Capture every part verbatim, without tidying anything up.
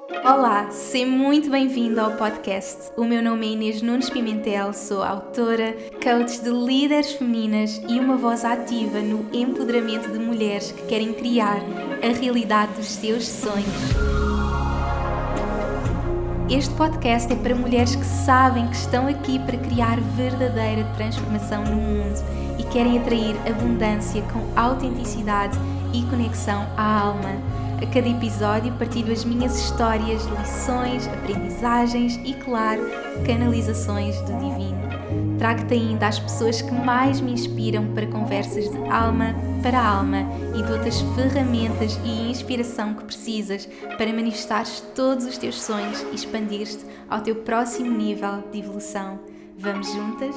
Olá, seja muito bem-vindo ao podcast. O meu nome é Inês Nunes Pimentel, sou autora, coach de líderes femininas e uma voz ativa no empoderamento de mulheres que querem criar a realidade dos seus sonhos. Este podcast é para mulheres que sabem que estão aqui para criar verdadeira transformação no mundo e querem atrair abundância com autenticidade e conexão à alma. A cada episódio partilho as minhas histórias, lições, aprendizagens e, claro, canalizações do divino. Trago-te ainda as pessoas que mais me inspiram para conversas de alma para alma e dou-te as ferramentas e inspiração que precisas para manifestares todos os teus sonhos e expandir-te ao teu próximo nível de evolução. Vamos juntas?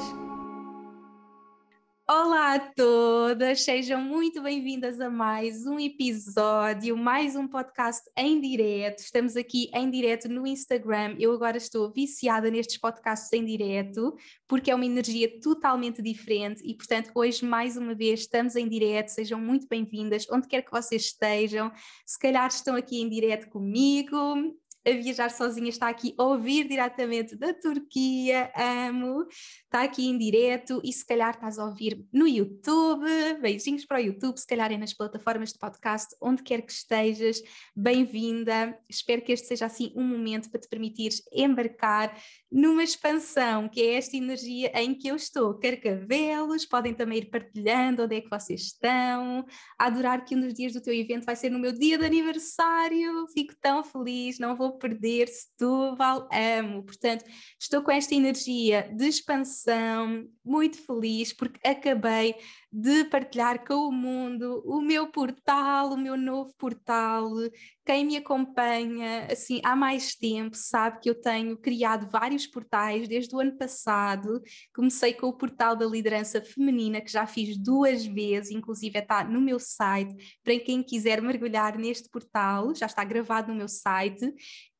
Olá a todas, sejam muito bem-vindas a mais um episódio, mais um podcast em direto. Estamos aqui em direto no Instagram. Eu agora estou viciada nestes podcasts em direto, porque é uma energia totalmente diferente e, portanto, hoje mais uma vez estamos em direto. Sejam muito bem-vindas, onde quer que vocês estejam. Se calhar estão aqui em direto comigo, a viajar sozinha, está aqui a ouvir diretamente da Turquia, amo, está aqui em direto e se calhar estás a ouvir no YouTube, beijinhos para o YouTube, se calhar é nas plataformas de podcast, onde quer que estejas, bem-vinda, espero que este seja assim um momento para te permitires embarcar numa expansão, que é esta energia em que eu estou, carcavelos, podem também ir partilhando onde é que vocês estão, a adorar que um dos dias do teu evento vai ser no meu dia de aniversário, fico tão feliz, não vou perder, Setúbal, amo, portanto estou com esta energia de expansão, muito feliz porque acabei de partilhar com o mundo o meu portal, o meu novo portal. Quem me acompanha assim há mais tempo sabe que eu tenho criado vários portais desde o ano passado. Comecei com o portal da liderança feminina, que já fiz duas vezes, inclusive está no meu site, para quem quiser mergulhar neste portal, já está gravado no meu site.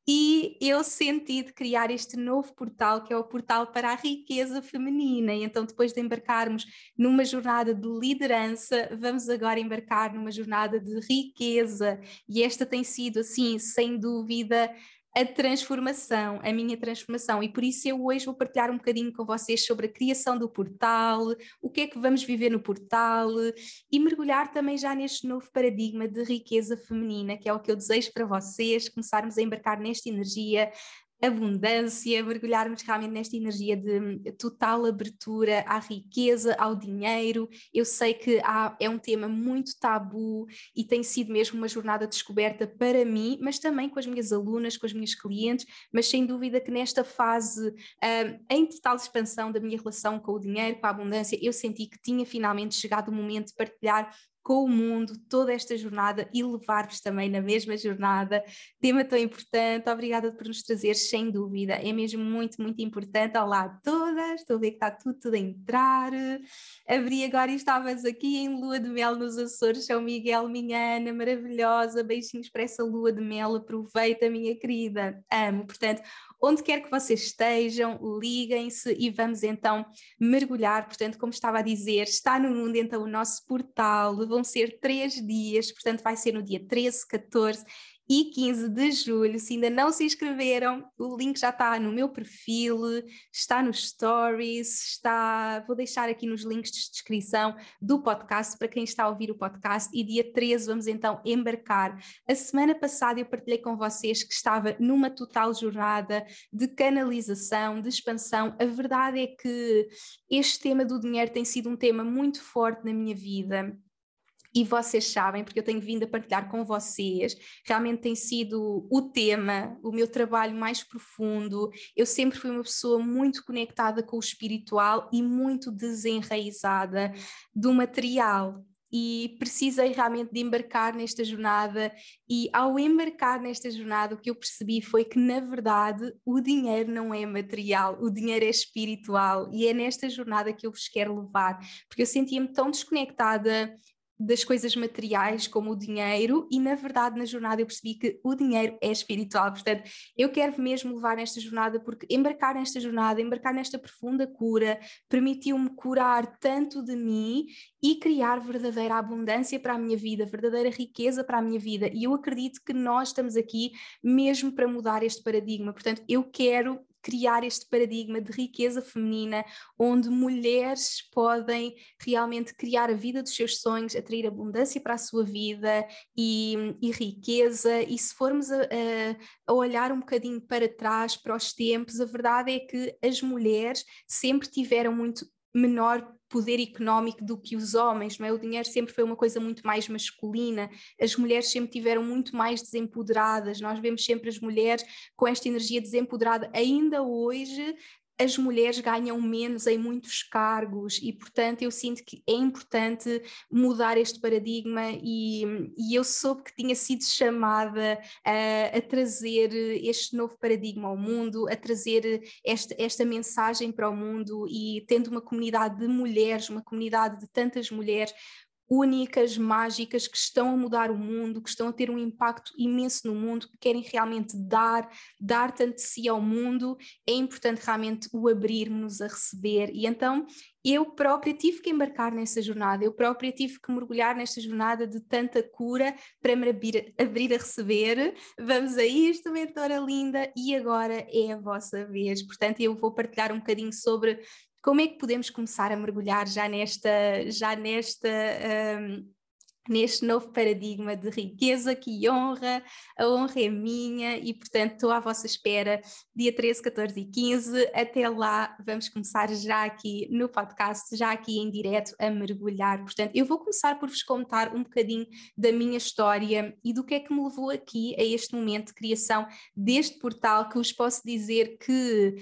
E eu senti de criar este novo portal, que é o portal para a riqueza feminina. E então, depois de embarcarmos numa jornada de liderança, vamos agora embarcar numa jornada de riqueza. E esta tem sido, assim, sem dúvida, a transformação, a minha transformação. E por isso eu hoje vou partilhar um bocadinho com vocês sobre a criação do portal, o que é que vamos viver no portal e mergulhar também já neste novo paradigma de riqueza feminina, que é o que eu desejo para vocês, começarmos a embarcar nesta energia, abundância, mergulharmos realmente nesta energia de total abertura à riqueza, ao dinheiro. Eu sei que há, é um tema muito tabu e tem sido mesmo uma jornada de descoberta para mim, mas também com as minhas alunas, com as minhas clientes, mas sem dúvida que nesta fase um, em total expansão da minha relação com o dinheiro, com a abundância, eu senti que tinha finalmente chegado o momento de partilhar com o mundo toda esta jornada e levar-vos também na mesma jornada. Tema tão importante, obrigada por nos trazer, sem dúvida, é mesmo muito, muito importante. Olá a todas, estou a ver que está tudo, tudo a entrar. Abri agora e estavas aqui em lua de mel nos Açores, São Miguel, minha Ana, maravilhosa, beijinhos para essa lua de mel, aproveita, minha querida, amo. Portanto, onde quer que vocês estejam, liguem-se e vamos então mergulhar. Portanto, como estava a dizer, está no mundo então o nosso portal, vão ser três dias, portanto vai ser no dia treze, catorze e quinze de julho. Se ainda não se inscreveram, o link já está no meu perfil, está nos stories, está... vou deixar aqui nos links de descrição do podcast para quem está a ouvir o podcast. E dia treze vamos então embarcar. A semana passada eu partilhei com vocês que estava numa total jornada de canalização, de expansão. A verdade é que este tema do dinheiro tem sido um tema muito forte na minha vida. E vocês sabem, porque eu tenho vindo a partilhar com vocês, realmente tem sido o tema, o meu trabalho mais profundo. Eu sempre fui uma pessoa muito conectada com o espiritual e muito desenraizada do material. E precisei realmente de embarcar nesta jornada, e ao embarcar nesta jornada o que eu percebi foi que na verdade o dinheiro não é material, o dinheiro é espiritual, e é nesta jornada que eu vos quero levar, porque eu sentia-me tão desconectada das coisas materiais como o dinheiro, e na verdade na jornada eu percebi que o dinheiro é espiritual. Portanto, eu quero mesmo levar nesta jornada, porque embarcar nesta jornada, embarcar nesta profunda cura, permitiu-me curar tanto de mim e criar verdadeira abundância para a minha vida, verdadeira riqueza para a minha vida, e eu acredito que nós estamos aqui mesmo para mudar este paradigma. Portanto, eu quero criar este paradigma de riqueza feminina, onde mulheres podem realmente criar a vida dos seus sonhos, atrair abundância para a sua vida e, e riqueza. E se formos a, a, a olhar um bocadinho para trás, para os tempos, a verdade é que as mulheres sempre tiveram muito menor poder económico do que os homens, não é? O dinheiro sempre foi uma coisa muito mais masculina, as mulheres sempre tiveram muito mais desempoderadas, nós vemos sempre as mulheres com esta energia desempoderada. Ainda hoje as mulheres ganham menos em muitos cargos e, portanto, eu sinto que é importante mudar este paradigma, e, e eu soube que tinha sido chamada a, a trazer este novo paradigma ao mundo, a trazer esta, esta mensagem para o mundo, e tendo uma comunidade de mulheres, uma comunidade de tantas mulheres únicas, mágicas, que estão a mudar o mundo, que estão a ter um impacto imenso no mundo, que querem realmente dar, dar tanto de si ao mundo, é importante realmente o abrirmos a receber. E então eu própria tive que embarcar nessa jornada, eu própria tive que mergulhar nesta jornada de tanta cura para me abrir, abrir a receber. Vamos a isto, mentora linda, e agora é a vossa vez. Portanto, eu vou partilhar um bocadinho sobre como é que podemos começar a mergulhar já nesta, já nesta, um, neste novo paradigma de riqueza que honra, a honra é minha, e portanto estou à vossa espera dia treze, catorze e quinze, até lá vamos começar já aqui no podcast, já aqui em direto a mergulhar. Portanto, eu vou começar por vos contar um bocadinho da minha história e do que é que me levou aqui a este momento de criação deste portal, que vos posso dizer que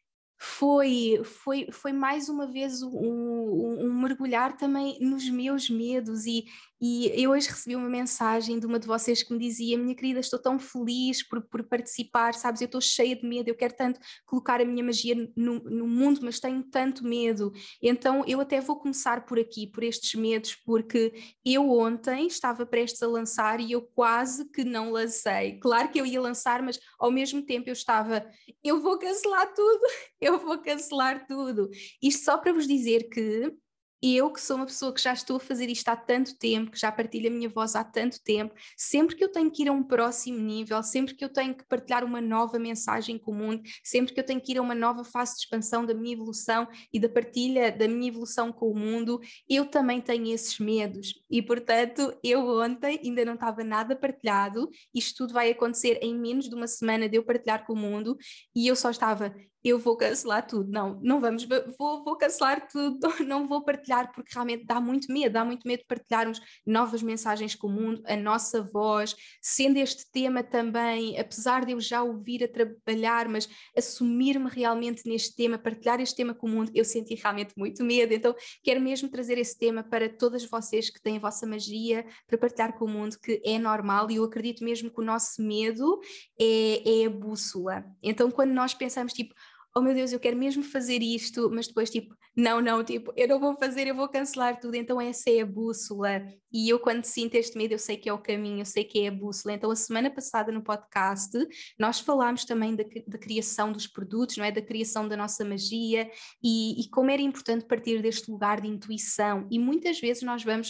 Foi, foi, foi mais uma vez um, um, um mergulhar também nos meus medos, e, e eu hoje recebi uma mensagem de uma de vocês que me dizia: minha querida, estou tão feliz por, por participar, sabes, eu estou cheia de medo, eu quero tanto colocar a minha magia no, no mundo, mas tenho tanto medo. Então eu até vou começar por aqui, por estes medos, porque eu ontem estava prestes a lançar e eu quase que não lancei. Claro que eu ia lançar, mas ao mesmo tempo eu estava, eu vou cancelar tudo, eu vou cancelar tudo. Isto só para vos dizer que eu, que sou uma pessoa que já estou a fazer isto há tanto tempo, que já partilho a minha voz há tanto tempo, sempre que eu tenho que ir a um próximo nível, sempre que eu tenho que partilhar uma nova mensagem com o mundo, sempre que eu tenho que ir a uma nova fase de expansão da minha evolução e da partilha da minha evolução com o mundo, eu também tenho esses medos. E, portanto, eu ontem ainda não estava nada partilhado, isto tudo vai acontecer em menos de uma semana de eu partilhar com o mundo, e eu só estava... eu vou cancelar tudo, não, não vamos, vou, vou cancelar tudo, não vou partilhar, porque realmente dá muito medo, dá muito medo de partilharmos novas mensagens com o mundo, a nossa voz, sendo este tema também, apesar de eu já ouvir a trabalhar, mas assumir-me realmente neste tema, partilhar este tema com o mundo, eu senti realmente muito medo. Então quero mesmo trazer esse tema para todas vocês que têm a vossa magia para partilhar com o mundo, que é normal, e eu acredito mesmo que o nosso medo é, é a bússola. Então quando nós pensamos tipo, oh meu Deus, eu quero mesmo fazer isto, mas depois tipo, não, não, tipo, eu não vou fazer, eu vou cancelar tudo. Então essa é a bússola, e eu quando sinto este medo eu sei que é o caminho, eu sei que é a bússola. Então a semana passada no podcast nós falámos também da, da criação dos produtos, não é? Da criação da nossa magia, e, e como era importante partir deste lugar de intuição, e muitas vezes nós vamos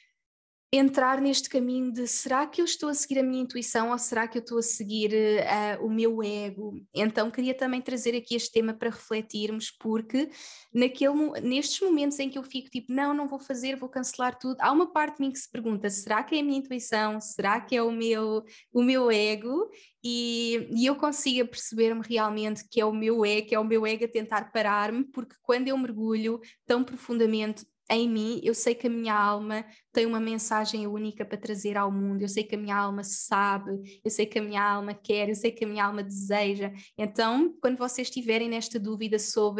entrar neste caminho de, será que eu estou a seguir a minha intuição ou será que eu estou a seguir uh, o meu ego? Então queria também trazer aqui este tema para refletirmos, porque naquele, nestes momentos em que eu fico tipo, não, não vou fazer, vou cancelar tudo, há uma parte de mim que se pergunta, será que é a minha intuição? Será que é o meu, o meu ego? E, e eu consigo perceber-me realmente que é o meu ego, que é o meu ego a tentar parar-me, porque quando eu mergulho tão profundamente em mim, eu sei que a minha alma tem uma mensagem única para trazer ao mundo, eu sei que a minha alma sabe, eu sei que a minha alma quer, eu sei que a minha alma deseja. Então, quando vocês estiverem nesta dúvida sobre,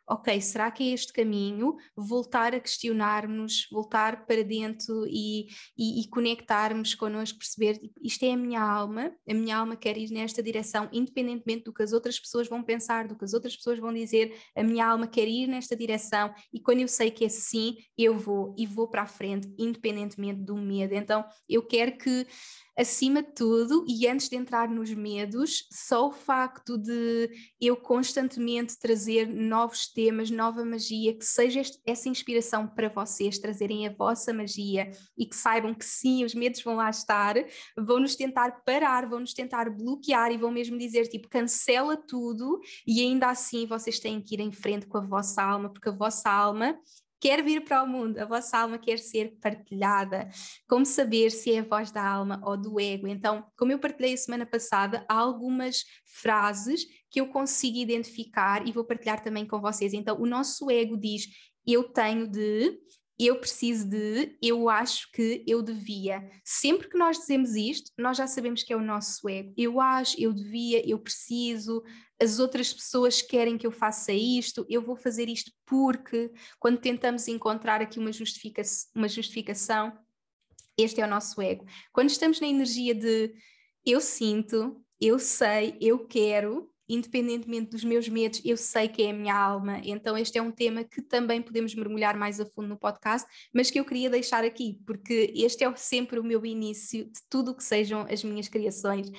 ok, será que é este caminho? Voltar a questionar-nos, voltar para dentro e, e, e conectarmos connosco, perceber, isto é a minha alma, a minha alma quer ir nesta direção, independentemente do que as outras pessoas vão pensar, do que as outras pessoas vão dizer, a minha alma quer ir nesta direção, e quando eu sei que é sim, eu vou, e vou para a frente, independentemente do medo. Então, eu quero que, acima de tudo, e antes de entrar nos medos, só o facto de eu constantemente trazer novos temas, nova magia, que seja este, essa inspiração para vocês trazerem a vossa magia e que saibam que sim, os medos vão lá estar, vão nos tentar parar, vão nos tentar bloquear e vão mesmo dizer tipo, cancela tudo, e ainda assim vocês têm que ir em frente com a vossa alma, porque a vossa alma quer vir para o mundo, a vossa alma quer ser partilhada. Como saber se é a voz da alma ou do ego? Então, como eu partilhei a semana passada, há algumas frases que eu consigo identificar e vou partilhar também com vocês. Então, o nosso ego diz, eu tenho de, eu preciso de, eu acho que, eu devia. Sempre que nós dizemos isto, nós já sabemos que é o nosso ego. Eu acho, eu devia, eu preciso, as outras pessoas querem que eu faça isto, eu vou fazer isto porque, quando tentamos encontrar aqui uma, justifica uma justificação, este é o nosso ego. Quando estamos na energia de eu sinto, eu sei, eu quero, independentemente dos meus medos, eu sei que é a minha alma. Então este é um tema que também podemos mergulhar mais a fundo no podcast, mas que eu queria deixar aqui, porque este é sempre o meu início de tudo o que sejam as minhas criações.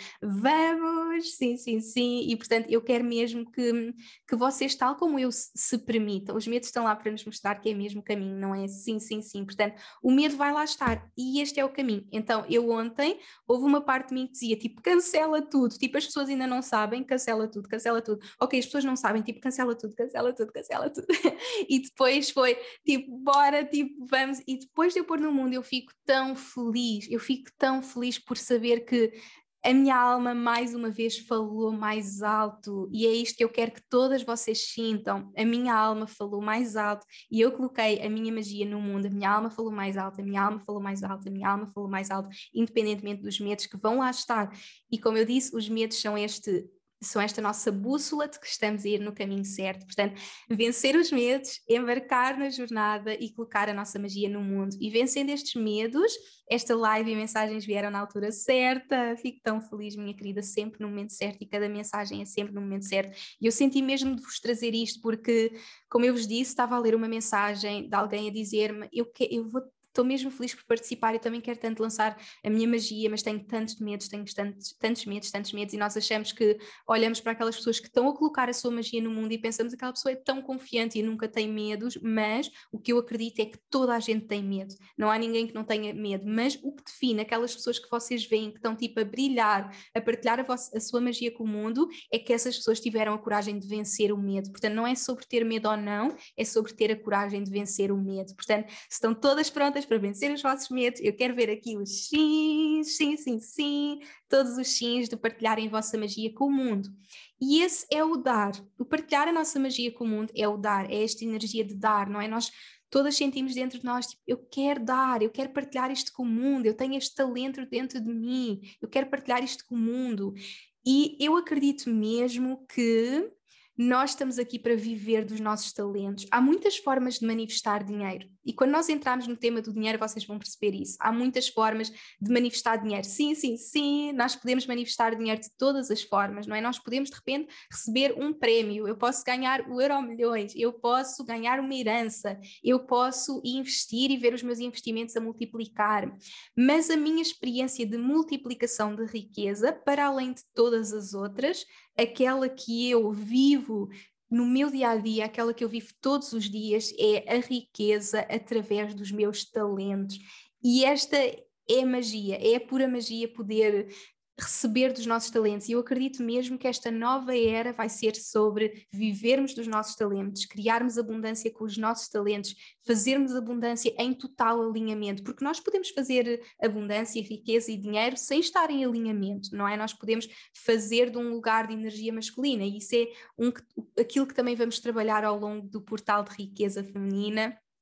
Vamos! Sim, sim, sim. E portanto eu quero mesmo que, que vocês, tal como eu, se permitam. Os medos estão lá para nos mostrar que é mesmo o caminho, não é? Sim, sim, sim. Portanto, o medo vai lá estar e este é o caminho. Então eu ontem houve uma parte de mim que dizia tipo, cancela tudo, tipo, as pessoas ainda não sabem, cancela tudo, cancela tudo. Ok, as pessoas não sabem, tipo, cancela tudo, cancela tudo, cancela tudo. E depois foi tipo, bora, tipo, vamos. E depois de eu pôr no mundo, eu fico tão feliz, eu fico tão feliz por saber que a minha alma mais uma vez falou mais alto, e é isto que eu quero que todas vocês sintam. A minha alma falou mais alto e eu coloquei a minha magia no mundo. A minha alma falou mais alto, a minha alma falou mais alto, a minha alma falou mais alto, independentemente dos medos que vão lá estar. E como eu disse, os medos são este são esta nossa bússola de que estamos a ir no caminho certo. Portanto, vencer os medos, embarcar na jornada e colocar a nossa magia no mundo. E vencendo estes medos, esta live e mensagens vieram na altura certa. Fico tão feliz, minha querida, sempre no momento certo, e cada mensagem é sempre no momento certo. E eu senti mesmo de vos trazer isto porque, como eu vos disse, estava a ler uma mensagem de alguém a dizer-me, eu, que, eu vou estou mesmo feliz por participar, eu também quero tanto lançar a minha magia, mas tenho tantos medos, tenho tantos, tantos medos, tantos medos, e nós achamos que olhamos para aquelas pessoas que estão a colocar a sua magia no mundo e pensamos que aquela pessoa é tão confiante e nunca tem medos, mas o que eu acredito é que toda a gente tem medo, não há ninguém que não tenha medo, mas o que define aquelas pessoas que vocês veem que estão tipo a brilhar, a partilhar a, vossa, a sua magia com o mundo, é que essas pessoas tiveram a coragem de vencer o medo. Portanto, não é sobre ter medo ou não, é sobre ter a coragem de vencer o medo. Portanto, se estão todas prontas para vencer os vossos medos, eu quero ver aqui os sims, sim, sim, sim, todos os sims de partilharem a vossa magia com o mundo. E esse é o dar. O partilhar a nossa magia com o mundo é o dar, é esta energia de dar, não é? Nós todas sentimos dentro de nós, tipo, eu quero dar, eu quero partilhar isto com o mundo, eu tenho este talento dentro de mim, eu quero partilhar isto com o mundo. E eu acredito mesmo que nós estamos aqui para viver dos nossos talentos. Há muitas formas de manifestar dinheiro. E quando nós entrarmos no tema do dinheiro, vocês vão perceber isso. Há muitas formas de manifestar dinheiro. Sim, sim, sim, nós podemos manifestar dinheiro de todas as formas, não é? Nós podemos, de repente, receber um prémio. Eu posso ganhar o Euro Milhões. Eu posso ganhar uma herança. Eu posso investir e ver os meus investimentos a multiplicar. Mas a minha experiência de multiplicação de riqueza, para além de todas as outras, aquela que eu vivo no meu dia a dia, aquela que eu vivo todos os dias, é a riqueza através dos meus talentos. E esta é magia, é a pura magia poder receber dos nossos talentos, e eu acredito mesmo que esta nova era vai ser sobre vivermos dos nossos talentos, criarmos abundância com os nossos talentos, fazermos abundância em total alinhamento, porque nós podemos fazer abundância, riqueza e dinheiro sem estar em alinhamento, não é? Nós podemos fazer de um lugar de energia masculina, e isso é um, aquilo que também vamos trabalhar ao longo do portal de riqueza feminina.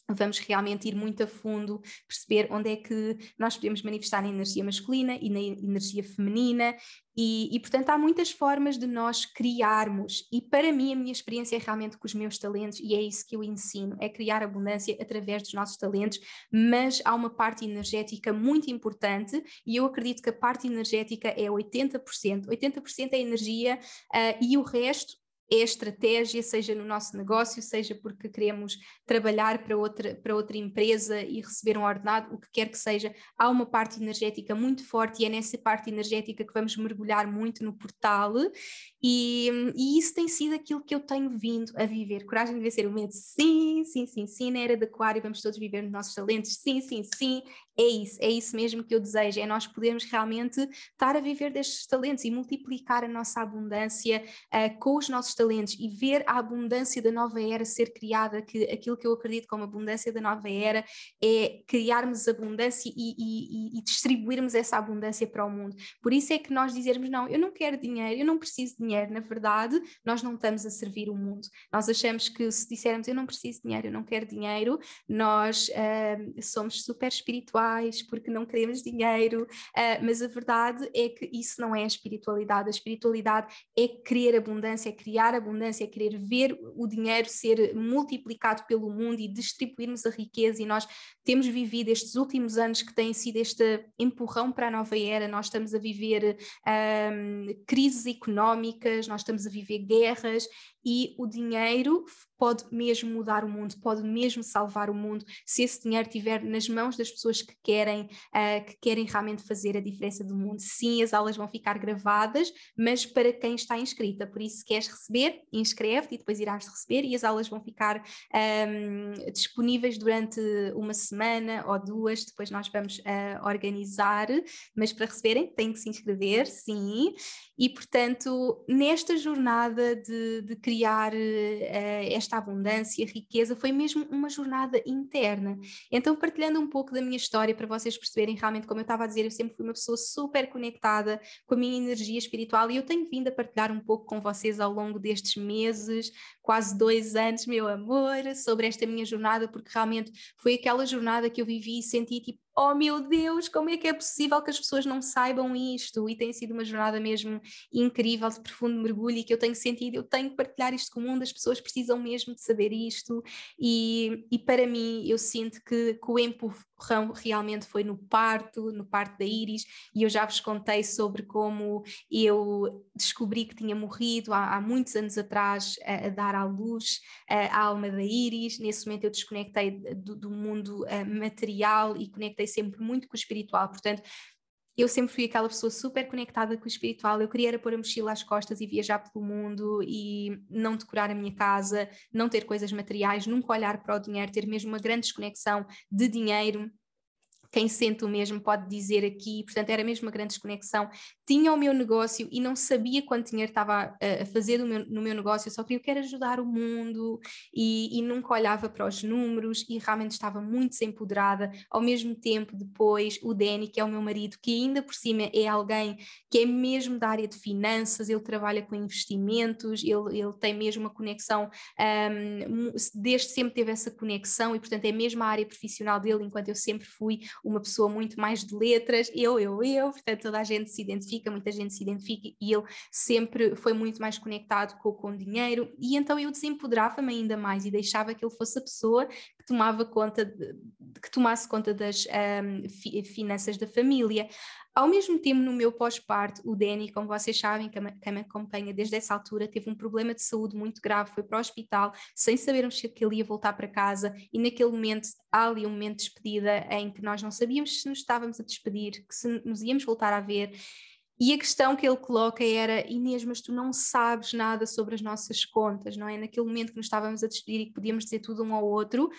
vamos realmente ir muito a fundo, perceber onde é que nós podemos manifestar a energia masculina e na energia feminina, e, e portanto há muitas formas de nós criarmos, e para mim a minha experiência é realmente com os meus talentos, e é isso que eu ensino, é criar abundância através dos nossos talentos, mas há uma parte energética muito importante, e eu acredito que a parte energética é oitenta por cento, oitenta por cento é energia, uh, e o resto é estratégia, seja no nosso negócio, seja porque queremos trabalhar para outra, para outra empresa e receber um ordenado, o que quer que seja. Há uma parte energética muito forte, e é nessa parte energética que vamos mergulhar muito no portal, e, e isso tem sido aquilo que eu tenho vindo a viver. Coragem de vencer o medo, sim, sim, sim, sim, na era de Aquário vamos todos viver nos nossos talentos, sim, sim, sim, é isso, é isso mesmo que eu desejo, é nós podermos realmente estar a viver destes talentos e multiplicar a nossa abundância uh, com os nossos talentos, e ver a abundância da nova era ser criada, que aquilo que eu acredito como abundância da nova era é criarmos abundância e, e, e distribuirmos essa abundância para o mundo. Por isso é que nós dizermos, não, eu não quero dinheiro, eu não preciso de dinheiro, na verdade nós não estamos a servir o mundo. Nós achamos que se dissermos eu não preciso de dinheiro, eu não quero dinheiro, nós uh, somos super espirituais porque não queremos dinheiro, uh, mas a verdade é que isso não é a espiritualidade. A espiritualidade é querer abundância, é criar abundância, é querer ver o dinheiro ser multiplicado pelo mundo e distribuirmos a riqueza, e nós temos vivido estes últimos anos que têm sido este empurrão para a nova era. Nós estamos a viver um, crises económicas, nós estamos a viver guerras, e o dinheiro pode mesmo mudar o mundo, pode mesmo salvar o mundo, se esse dinheiro estiver nas mãos das pessoas que querem, uh, que querem realmente fazer a diferença do mundo. Sim, as aulas vão ficar gravadas, mas para quem está inscrita, por isso se queres receber, inscreve-te e depois irás receber, e as aulas vão ficar um, disponíveis durante uma semana ou duas, depois nós vamos uh, organizar, mas para receberem têm que se inscrever, sim, e portanto nesta jornada de, de criar uh, esta abundância, riqueza, foi mesmo uma jornada interna. Então, partilhando um pouco da minha história para vocês perceberem realmente, como eu estava a dizer, eu sempre fui uma pessoa super conectada com a minha energia espiritual, e eu tenho vindo a partilhar um pouco com vocês ao longo destes meses, quase dois anos, meu amor, sobre esta minha jornada, porque realmente foi aquela jornada que eu vivi e senti tipo, oh meu Deus, como é que é possível que as pessoas não saibam isto? E tem sido uma jornada mesmo incrível, de profundo mergulho, e que eu tenho sentido, eu tenho que partilhar isto com o mundo, as pessoas precisam mesmo de saber isto, e, e para mim eu sinto que, que o empurrão realmente foi no parto, no parto da Iris, e eu já vos contei sobre como eu descobri que tinha morrido há, há muitos anos atrás a, a dar à luz a, a alma da Iris. Nesse momento eu desconectei do, do mundo uh, material e conectei sempre muito com o espiritual, portanto eu sempre fui aquela pessoa super conectada com o espiritual. Eu queria era pôr a mochila às costas e viajar pelo mundo e não decorar a minha casa, não ter coisas materiais, nunca olhar para o dinheiro, ter mesmo uma grande desconexão de dinheiro. Quem sente o mesmo pode dizer aqui, portanto era mesmo uma grande desconexão. Tinha o meu negócio e não sabia quanto dinheiro estava a, a fazer no meu, no meu negócio, eu só queria, eu quero ajudar o mundo, e, e nunca olhava para os números, e realmente estava muito desempoderada. Ao mesmo tempo, depois, o Danny, que é o meu marido, que ainda por cima é alguém que é mesmo da área de finanças, ele trabalha com investimentos, ele, ele tem mesmo uma conexão, um, desde sempre teve essa conexão, e portanto é mesmo a área profissional dele, enquanto eu sempre fui uma pessoa muito mais de letras, eu, eu, eu, portanto toda a gente se identifica, muita gente se identifica, e ele sempre foi muito mais conectado com, com o dinheiro, e então eu desempoderava-me ainda mais e deixava que ele fosse a pessoa que tomava conta, de, que tomasse conta das um, fi, finanças da família. Ao mesmo tempo, no meu pós-parto, o Danny, como vocês sabem, que me acompanha desde essa altura, teve um problema de saúde muito grave, foi para o hospital, sem sabermos que ele ia voltar para casa, e naquele momento, há ali um momento de despedida em que nós não sabíamos se nos estávamos a despedir, que se nos íamos voltar a ver, e a questão que ele coloca era: Inês, mas tu não sabes nada sobre as nossas contas, não é? Naquele momento que nos estávamos a despedir e que podíamos dizer tudo um ao outro,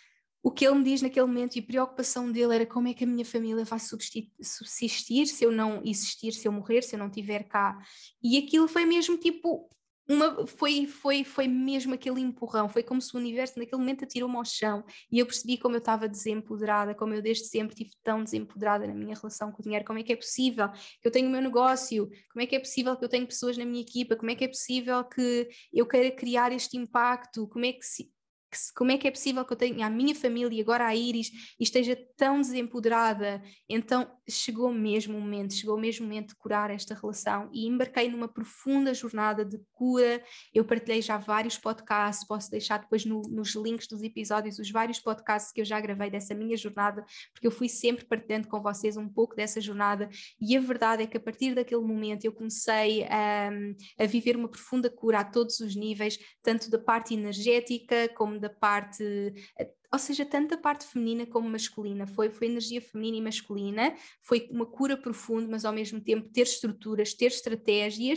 o que ele me diz naquele momento, e a preocupação dele era como é que a minha família vai subsistir se eu não existir, se eu morrer, se eu não estiver cá. E aquilo foi mesmo tipo, uma, foi, foi, foi mesmo aquele empurrão, foi como se o universo naquele momento atirou-me ao chão, e eu percebi como eu estava desempoderada, como eu desde sempre estive tão desempoderada na minha relação com o dinheiro. Como é que é possível que eu tenho o meu negócio? Como é que é possível que eu tenho pessoas na minha equipa? Como é que é possível que eu queira criar este impacto? Como é que se... como é que é possível que eu tenha a minha família e agora a Iris e esteja tão desempoderada? Então chegou mesmo o momento, chegou mesmo o momento de curar esta relação e embarquei numa profunda jornada de cura. Eu partilhei já vários podcasts, posso deixar depois no, nos links dos episódios os vários podcasts que eu já gravei dessa minha jornada, porque eu fui sempre partilhando com vocês um pouco dessa jornada e a verdade é que a partir daquele momento eu comecei a, a viver uma profunda cura a todos os níveis, tanto da parte energética como da parte, ou seja, tanto da parte feminina como masculina. Foi, foi energia feminina e masculina, foi uma cura profunda, mas ao mesmo tempo ter estruturas, ter estratégias.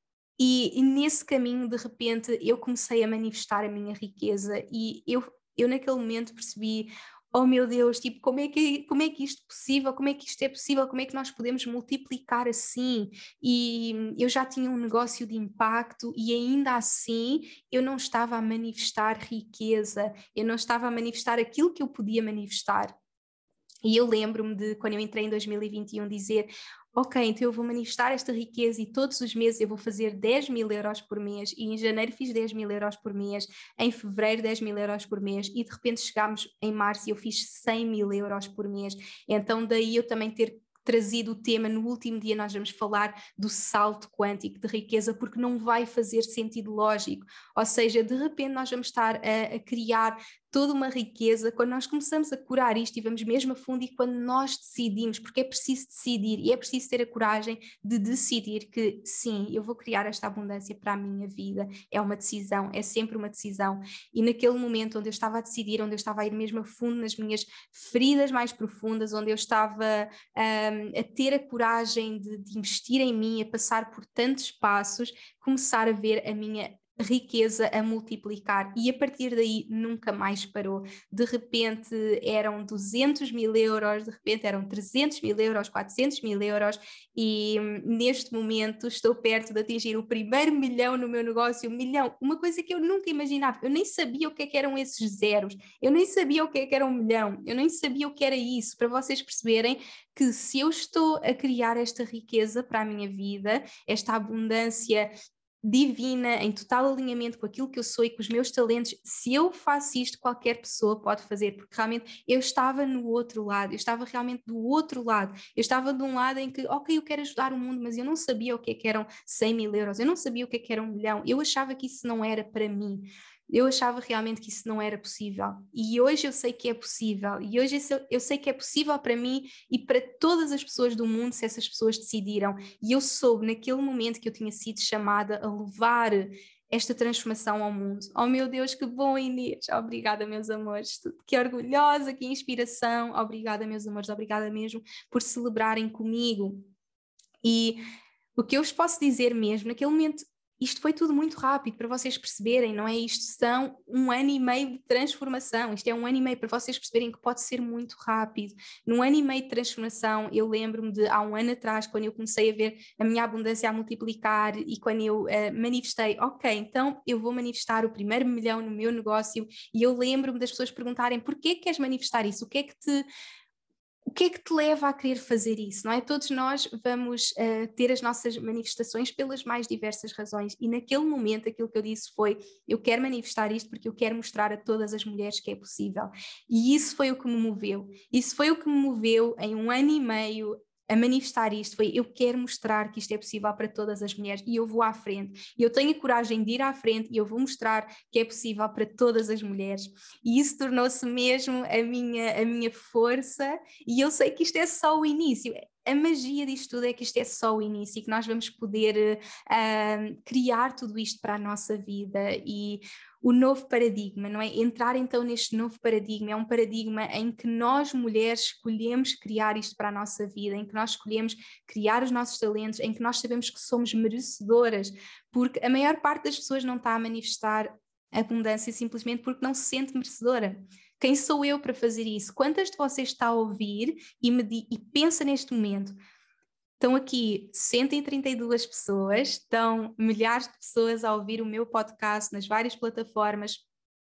E, e nesse caminho, de repente, eu comecei a manifestar a minha riqueza e eu, eu naquele momento percebi, oh meu Deus, tipo, como é que, como é que isto é possível? Como é que isto é possível? Como é que nós podemos multiplicar assim? E eu já tinha um negócio de impacto e ainda assim eu não estava a manifestar riqueza, eu não estava a manifestar aquilo que eu podia manifestar. E eu lembro-me de, quando eu entrei em dois mil e vinte e um, dizer, ok, então eu vou manifestar esta riqueza e todos os meses eu vou fazer dez mil euros por mês, e em janeiro fiz dez mil euros por mês, em fevereiro dez mil euros por mês, e de repente chegámos em março e eu fiz cem mil euros por mês. Então daí eu também ter trazido o tema, no último dia nós vamos falar do salto quântico de riqueza, porque não vai fazer sentido lógico, ou seja, de repente nós vamos estar a, a criar toda uma riqueza quando nós começamos a curar isto e vamos mesmo a fundo, e quando nós decidimos, porque é preciso decidir e é preciso ter a coragem de decidir que sim, eu vou criar esta abundância para a minha vida. É uma decisão, é sempre uma decisão. E naquele momento onde eu estava a decidir, onde eu estava a ir mesmo a fundo nas minhas feridas mais profundas, onde eu estava um, a ter a coragem de, de investir em mim, a passar por tantos passos, começar a ver a minha riqueza a multiplicar, e a partir daí nunca mais parou. De repente eram duzentos mil euros, de repente eram trezentos mil euros, quatrocentos mil euros, e neste momento estou perto de atingir o primeiro milhão no meu negócio. Um milhão, uma coisa que eu nunca imaginava. Eu nem sabia o que é que eram esses zeros, eu nem sabia o que é que era um milhão, eu nem sabia o que era isso, para vocês perceberem que se eu estou a criar esta riqueza para a minha vida, esta abundância divina, em total alinhamento com aquilo que eu sou e com os meus talentos, se eu faço isto, qualquer pessoa pode fazer, porque realmente eu estava no outro lado, eu estava realmente do outro lado, eu estava de um lado em que, ok, eu quero ajudar o mundo, mas eu não sabia o que é que eram cem mil euros, eu não sabia o que é que era um milhão, eu achava que isso não era para mim. Eu achava realmente que isso não era possível, e hoje eu sei que é possível, e hoje eu sei que é possível para mim e para todas as pessoas do mundo, se essas pessoas decidiram. E eu soube naquele momento que eu tinha sido chamada a levar esta transformação ao mundo. Oh meu Deus, que bom, Inês! Obrigada, meus amores, que orgulhosa, que inspiração. Obrigada, meus amores, obrigada mesmo por celebrarem comigo. E o que eu vos posso dizer mesmo, naquele momento, isto foi tudo muito rápido para vocês perceberem, não é? Isto são um ano e meio de transformação, isto é um ano e meio para vocês perceberem que pode ser muito rápido. Num ano e meio de transformação, eu lembro-me de há um ano atrás, quando eu comecei a ver a minha abundância a multiplicar e quando eu uh, manifestei, ok, então eu vou manifestar o primeiro milhão no meu negócio, e eu lembro-me das pessoas perguntarem, porquê que queres manifestar isso? O que é que te... O que é que te leva a querer fazer isso, não é? Todos nós vamos uh, ter as nossas manifestações pelas mais diversas razões, e naquele momento aquilo que eu disse foi, eu quero manifestar isto porque eu quero mostrar a todas as mulheres que é possível, e isso foi o que me moveu, isso foi o que me moveu em um ano e meio a manifestar isto, foi eu quero mostrar que isto é possível para todas as mulheres, e eu vou à frente, e eu tenho a coragem de ir à frente, e eu vou mostrar que é possível para todas as mulheres, e isso tornou-se mesmo a minha, a minha força, e eu sei que isto é só o início. A magia disto tudo é que isto é só o início e que nós vamos poder uh, criar tudo isto para a nossa vida, e o novo paradigma, não é? Entrar então neste novo paradigma, é um paradigma em que nós mulheres escolhemos criar isto para a nossa vida, em que nós escolhemos criar os nossos talentos, em que nós sabemos que somos merecedoras, porque a maior parte das pessoas não está a manifestar abundância simplesmente porque não se sente merecedora. Quem sou eu para fazer isso? Quantas de vocês está a ouvir e, me di- e pensa neste momento? Estão aqui cento e trinta e duas pessoas, estão milhares de pessoas a ouvir o meu podcast nas várias plataformas.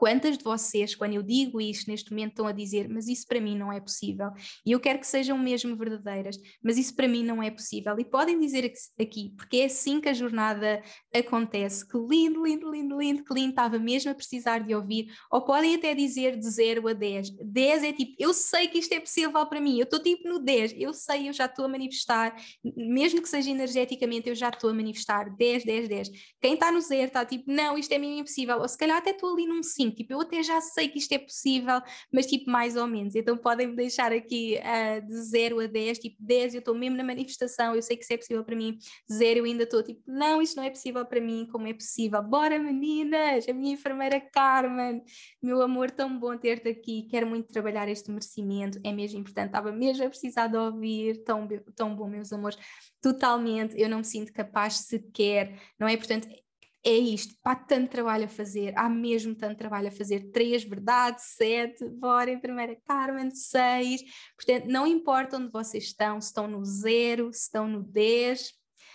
Quantas de vocês, quando eu digo isto neste momento, estão a dizer, mas isso para mim não é possível, e eu quero que sejam mesmo verdadeiras, mas isso para mim não é possível, e podem dizer aqui, porque é assim que a jornada acontece, que lindo, lindo, lindo, lindo, que lindo, estava mesmo a precisar de ouvir, ou podem até dizer de zero a dez, dez é tipo, eu sei que isto é possível para mim, eu estou tipo no dez, eu sei, eu já estou a manifestar, mesmo que seja energeticamente, eu já estou a manifestar, dez, dez, dez, quem está no zero está tipo, não, isto é mesmo impossível, ou se calhar até estou ali num cinco, tipo, eu até já sei que isto é possível, mas tipo mais ou menos, então podem-me deixar aqui uh, de zero a dez, tipo dez eu estou mesmo na manifestação, eu sei que isso é possível para mim, zero eu ainda estou tipo, não, isto não é possível para mim, como é possível, bora meninas, a minha enfermeira Carmen, meu amor, tão bom ter-te aqui, quero muito trabalhar este merecimento, é mesmo importante, estava mesmo a precisar de ouvir, tão, tão bom meus amores, totalmente, eu não me sinto capaz sequer, não é? Portanto, é isto, há tanto trabalho a fazer, há mesmo tanto trabalho a fazer, três, verdade, sete, bora, enfermeira Carmen, seis, portanto, não importa onde vocês estão, se estão no zero, se estão no dez,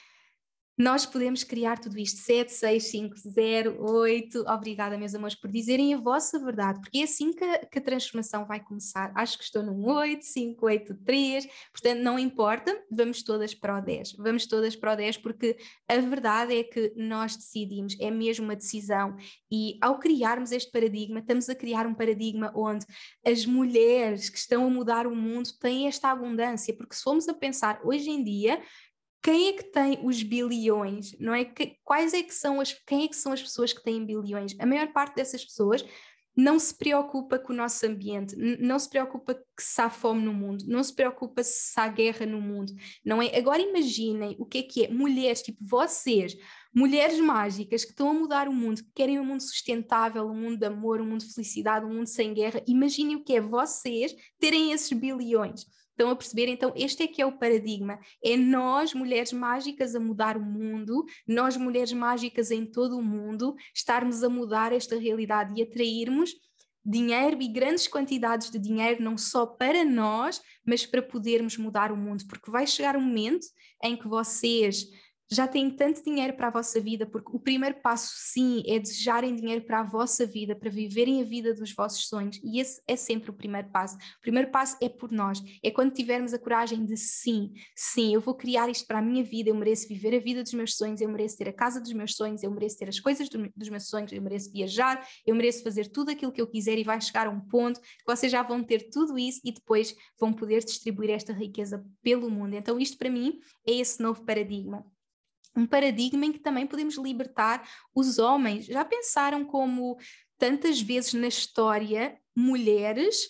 nós podemos criar tudo isto, sete, seis, cinco, zero, oito, obrigada meus amores por dizerem a vossa verdade, porque é assim que a, que a transformação vai começar, acho que estou num oito, cinco, oito, três, portanto não importa, vamos todas para o dez, vamos todas para o dez porque a verdade é que nós decidimos, é mesmo uma decisão e ao criarmos este paradigma, estamos a criar um paradigma onde as mulheres que estão a mudar o mundo têm esta abundância, porque se formos a pensar hoje em dia, quem é que tem os bilhões, não é? Que, quais é que são as, quem é que são as pessoas que têm bilhões? A maior parte dessas pessoas não se preocupa com o nosso ambiente, não se preocupa que se há fome no mundo, não se preocupa se há guerra no mundo, não é? Agora imaginem o que é que é mulheres, tipo vocês, mulheres mágicas que estão a mudar o mundo, que querem um mundo sustentável, um mundo de amor, um mundo de felicidade, um mundo sem guerra, imaginem o que é vocês terem esses bilhões. Estão a perceber? Então este é que é o paradigma, é nós mulheres mágicas a mudar o mundo, nós mulheres mágicas em todo o mundo, estarmos a mudar esta realidade e atrairmos dinheiro e grandes quantidades de dinheiro não só para nós, mas para podermos mudar o mundo, porque vai chegar um momento em que vocês já têm tanto dinheiro para a vossa vida, porque o primeiro passo sim é desejarem dinheiro para a vossa vida, para viverem a vida dos vossos sonhos, e esse é sempre o primeiro passo. O primeiro passo é por nós, é quando tivermos a coragem de sim, sim, eu vou criar isto para a minha vida, eu mereço viver a vida dos meus sonhos, eu mereço ter a casa dos meus sonhos, eu mereço ter as coisas do, dos meus sonhos, eu mereço viajar, eu mereço fazer tudo aquilo que eu quiser, e vai chegar a um ponto que vocês já vão ter tudo isso e depois vão poder distribuir esta riqueza pelo mundo. Então isto para mim é esse novo paradigma. Um paradigma em que também podemos libertar os homens. Já pensaram como tantas vezes na história mulheres,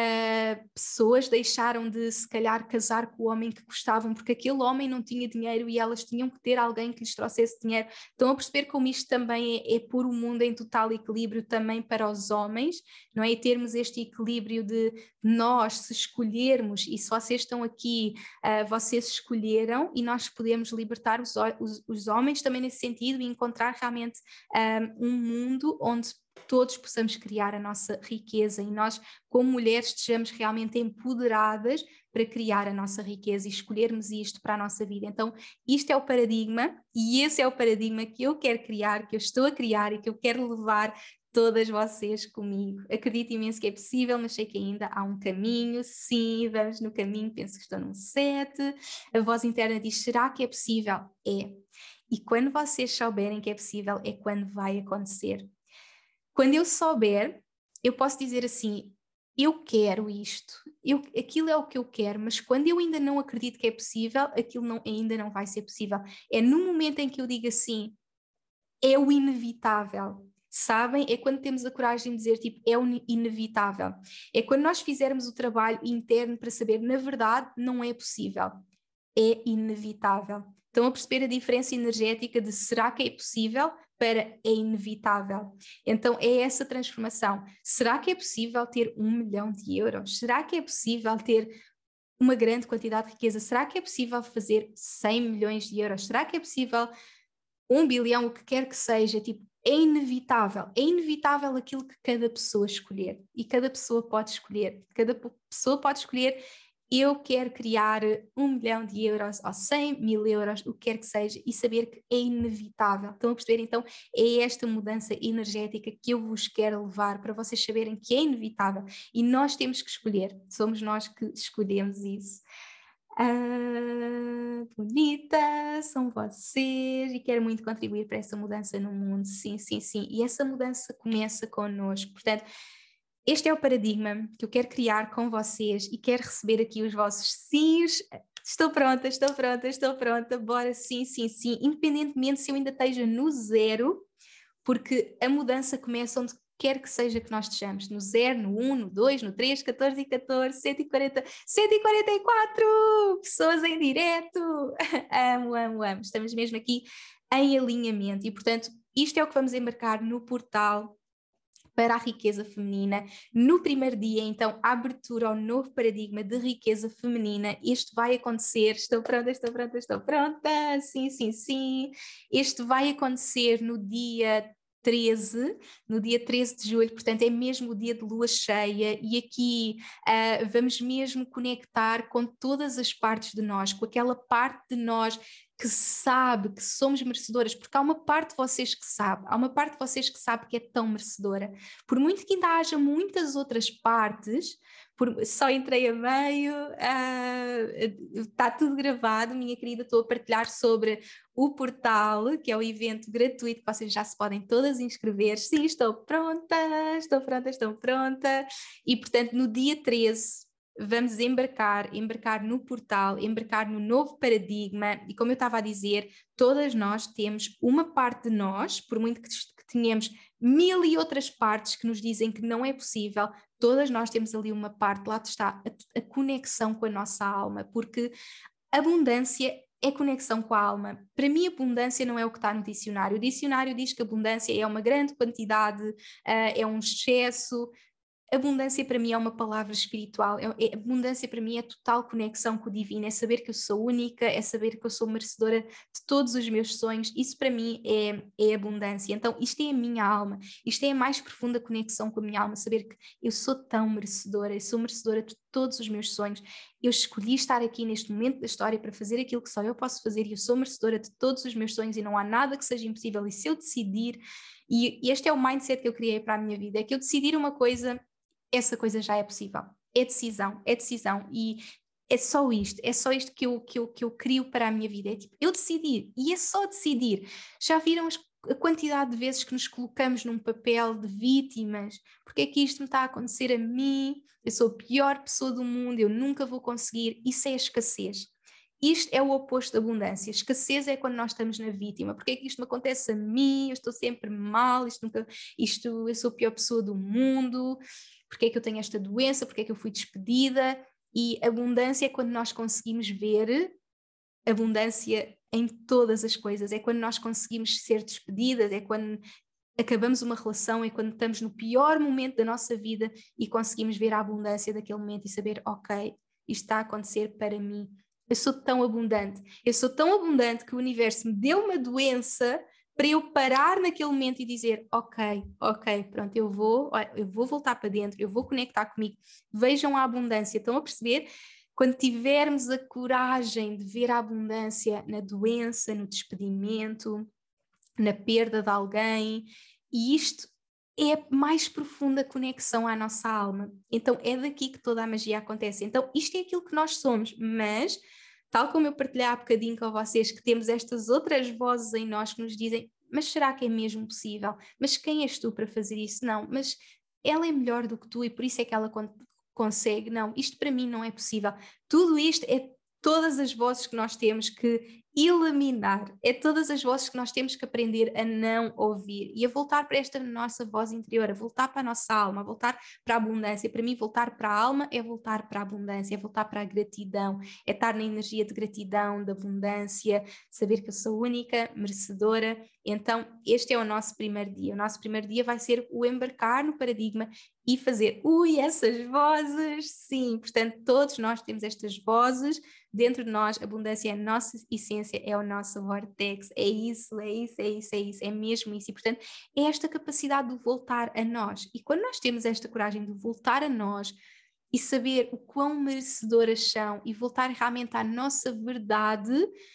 uh, pessoas deixaram de se calhar casar com o homem que gostavam porque aquele homem não tinha dinheiro e elas tinham que ter alguém que lhes trouxesse dinheiro. Estão a perceber como isto também é, é pôr o mundo em total equilíbrio também para os homens, não é? E termos este equilíbrio de nós, se escolhermos, e se vocês estão aqui, uh, vocês escolheram, e nós podemos libertar os, os, os homens também nesse sentido e encontrar realmente um, um mundo onde todos possamos criar a nossa riqueza e nós, como mulheres, estejamos realmente empoderadas para criar a nossa riqueza e escolhermos isto para a nossa vida. Então, isto é o paradigma e esse é o paradigma que eu quero criar, que eu estou a criar e que eu quero levar todas vocês comigo. Acredito imenso que é possível, mas sei que ainda há um caminho. Sim, vamos no caminho, penso que estou num sete. A voz interna diz, será que é possível? É. E quando vocês souberem que é possível, é quando vai acontecer. Quando eu souber, eu posso dizer assim, eu quero isto, eu, aquilo é o que eu quero, mas quando eu ainda não acredito que é possível, aquilo não, ainda não vai ser possível. É no momento em que eu digo assim, é o inevitável. Sabem? É quando temos a coragem de dizer, tipo, é o inevitável. É quando nós fizermos o trabalho interno para saber, na verdade, não é possível. É inevitável. Estão a perceber a diferença energética de será que é possível para é inevitável? Então é essa transformação. Será que é possível ter um milhão de euros? Será que é possível ter uma grande quantidade de riqueza? Será que é possível fazer cem milhões de euros? Será que é possível um bilhão, o que quer que seja? Tipo, é inevitável. É inevitável aquilo que cada pessoa escolher. E cada pessoa pode escolher. Cada pessoa pode escolher eu quero criar um milhão de euros ou cem mil euros, o que quer que seja, e saber que é inevitável. Estão a perceber? Então é esta mudança energética que eu vos quero levar para vocês saberem que é inevitável e nós temos que escolher, somos nós que escolhemos isso. Ah, bonita, são vocês e quero muito contribuir para essa mudança no mundo, sim, sim, sim, e essa mudança começa connosco, portanto este é o paradigma que eu quero criar com vocês e quero receber aqui os vossos sims. Estou pronta, estou pronta, estou pronta, bora sim, sim, sim, independentemente se eu ainda esteja no zero, porque a mudança começa onde quer que seja que nós estejamos, no zero, no um, no dois, no três, catorze e catorze, cento e quarenta, cento e quarenta e quatro pessoas em direto. Amo, amo, amo. Estamos mesmo aqui em alinhamento e, portanto, isto é o que vamos embarcar no portal para a riqueza feminina. No primeiro dia, então, a abertura ao novo paradigma de riqueza feminina. Isto vai acontecer, estou pronta, estou pronta, estou pronta, sim, sim, sim. Este vai acontecer no dia treze, no dia treze de julho, portanto é mesmo o dia de lua cheia e aqui uh, vamos mesmo conectar com todas as partes de nós, com aquela parte de nós que sabe que somos merecedoras, porque há uma parte de vocês que sabe, há uma parte de vocês que sabe que é tão merecedora, por muito que ainda haja muitas outras partes, por, só entrei a meio, uh, está tudo gravado, minha querida, estou a partilhar sobre o portal, que é o evento gratuito que vocês já se podem todas inscrever. Sim, estou pronta, estou pronta, estou pronta, e portanto no dia treze vamos embarcar, embarcar no portal, embarcar no novo paradigma e como eu estava a dizer, todas nós temos uma parte de nós, por muito que, que tenhamos mil e outras partes que nos dizem que não é possível, todas nós temos ali uma parte, lá está a, a conexão com a nossa alma, porque abundância é conexão com a alma. Para mim, abundância não é o que está no dicionário. O dicionário diz que abundância é uma grande quantidade, uh, é um excesso. Abundância para mim é uma palavra espiritual, é, é, abundância para mim é total conexão com o divino, é saber que eu sou única, é saber que eu sou merecedora de todos os meus sonhos, isso para mim é, é abundância, então isto é a minha alma, isto é a mais profunda conexão com a minha alma, saber que eu sou tão merecedora, eu sou merecedora de todos os meus sonhos, eu escolhi estar aqui neste momento da história para fazer aquilo que só eu posso fazer e eu sou merecedora de todos os meus sonhos e não há nada que seja impossível e se eu decidir, e, e este é o mindset que eu criei para a minha vida, é que eu decidir uma coisa essa coisa já é possível, é decisão, é decisão e é só isto, é só isto que eu, que eu, que eu crio para a minha vida, é tipo, eu decidir e é só decidir. Já viram as, a quantidade de vezes que nos colocamos num papel de vítimas, porque é que isto me está a acontecer a mim, eu sou a pior pessoa do mundo, eu nunca vou conseguir, isso é a escassez. Isto é o oposto da abundância. Escassez é quando nós estamos na vítima. Porque é que isto me acontece a mim? Eu estou sempre mal, isto nunca, isto, eu sou a pior pessoa do mundo, porque é que eu tenho esta doença, porque é que eu fui despedida, e abundância é quando nós conseguimos ver abundância em todas as coisas, é quando nós conseguimos ser despedidas, é quando acabamos uma relação, é quando estamos no pior momento da nossa vida e conseguimos ver a abundância daquele momento e saber, ok, isto está a acontecer para mim, eu sou tão abundante, eu sou tão abundante que o universo me deu uma doença para eu parar naquele momento e dizer, ok, ok, pronto, eu vou, eu vou voltar para dentro, eu vou conectar comigo. Vejam a abundância, estão a perceber? Quando tivermos a coragem de ver a abundância na doença, no despedimento, na perda de alguém, e isto é a mais profunda conexão à nossa alma. Então é daqui que toda a magia acontece. Então isto é aquilo que nós somos, mas tal como eu partilhei há bocadinho com vocês, que temos estas outras vozes em nós que nos dizem, mas será que é mesmo possível? Mas quem és tu para fazer isso? Não, mas ela é melhor do que tu e por isso é que ela con- consegue. Não, isto para mim não é possível. Tudo isto é todas as vozes que nós temos que eliminar, é todas as vozes que nós temos que aprender a não ouvir e a voltar para esta nossa voz interior, a voltar para a nossa alma, a voltar para a abundância. Para mim, voltar para a alma é voltar para a abundância, é voltar para a gratidão, é estar na energia de gratidão, de abundância, saber que eu sou única, merecedora. Então, este é o nosso primeiro dia. O nosso primeiro dia vai ser o embarcar no paradigma e fazer, ui, essas vozes, sim, portanto, todos nós temos estas vozes dentro de nós, abundância é a nossa essência, é o nosso vortex, é isso, é isso, é isso, é isso, é mesmo isso, e portanto, é esta capacidade de voltar a nós, e quando nós temos esta coragem de voltar a nós, e saber o quão merecedoras são e voltar realmente à nossa verdade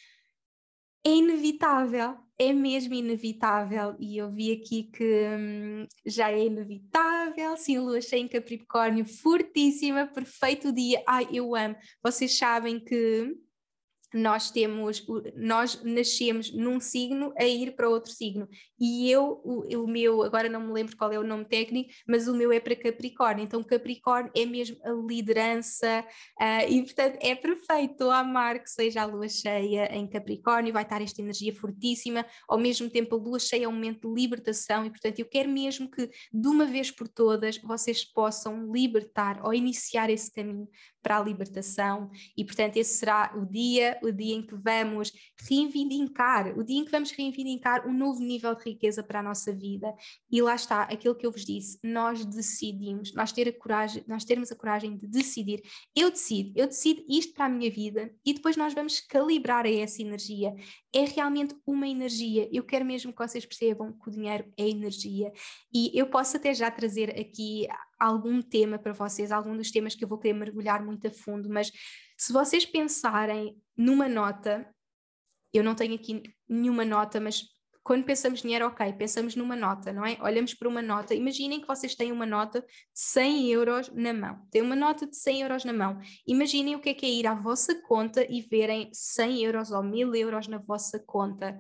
é inevitável, é mesmo inevitável. E eu vi aqui que hum, já é inevitável. Sim, lua cheia em Capricórnio, fortíssima, perfeito dia. Ai, eu amo. Vocês sabem que nós temos, nós nascemos num signo a ir para outro signo, e eu, o, o meu, agora não me lembro qual é o nome técnico, mas o meu é para Capricórnio, então Capricórnio é mesmo a liderança, uh, e portanto é perfeito. Estou a amar que seja a lua cheia em Capricórnio, vai estar esta energia fortíssima, ao mesmo tempo a lua cheia é um momento de libertação, e portanto eu quero mesmo que de uma vez por todas vocês possam libertar ou iniciar esse caminho para a libertação, e portanto esse será o dia, o dia em que vamos reivindicar, o dia em que vamos reivindicar um novo nível de riqueza para a nossa vida. E lá está, aquilo que eu vos disse, nós decidimos, nós, ter a coragem, nós termos a coragem de decidir, eu decido, eu decido isto para a minha vida, e depois nós vamos calibrar a essa energia. É realmente uma energia, eu quero mesmo que vocês percebam que o dinheiro é energia, e eu posso até já trazer aqui algum tema para vocês, algum dos temas que eu vou querer mergulhar muito a fundo, mas se vocês pensarem numa nota, eu não tenho aqui nenhuma nota, mas quando pensamos em dinheiro, ok, pensamos numa nota, não é? Olhamos para uma nota, imaginem que vocês têm uma nota de cem euros na mão, têm uma nota de cem euros na mão, imaginem o que é que é ir à vossa conta e verem cem euros ou mil euros na vossa conta.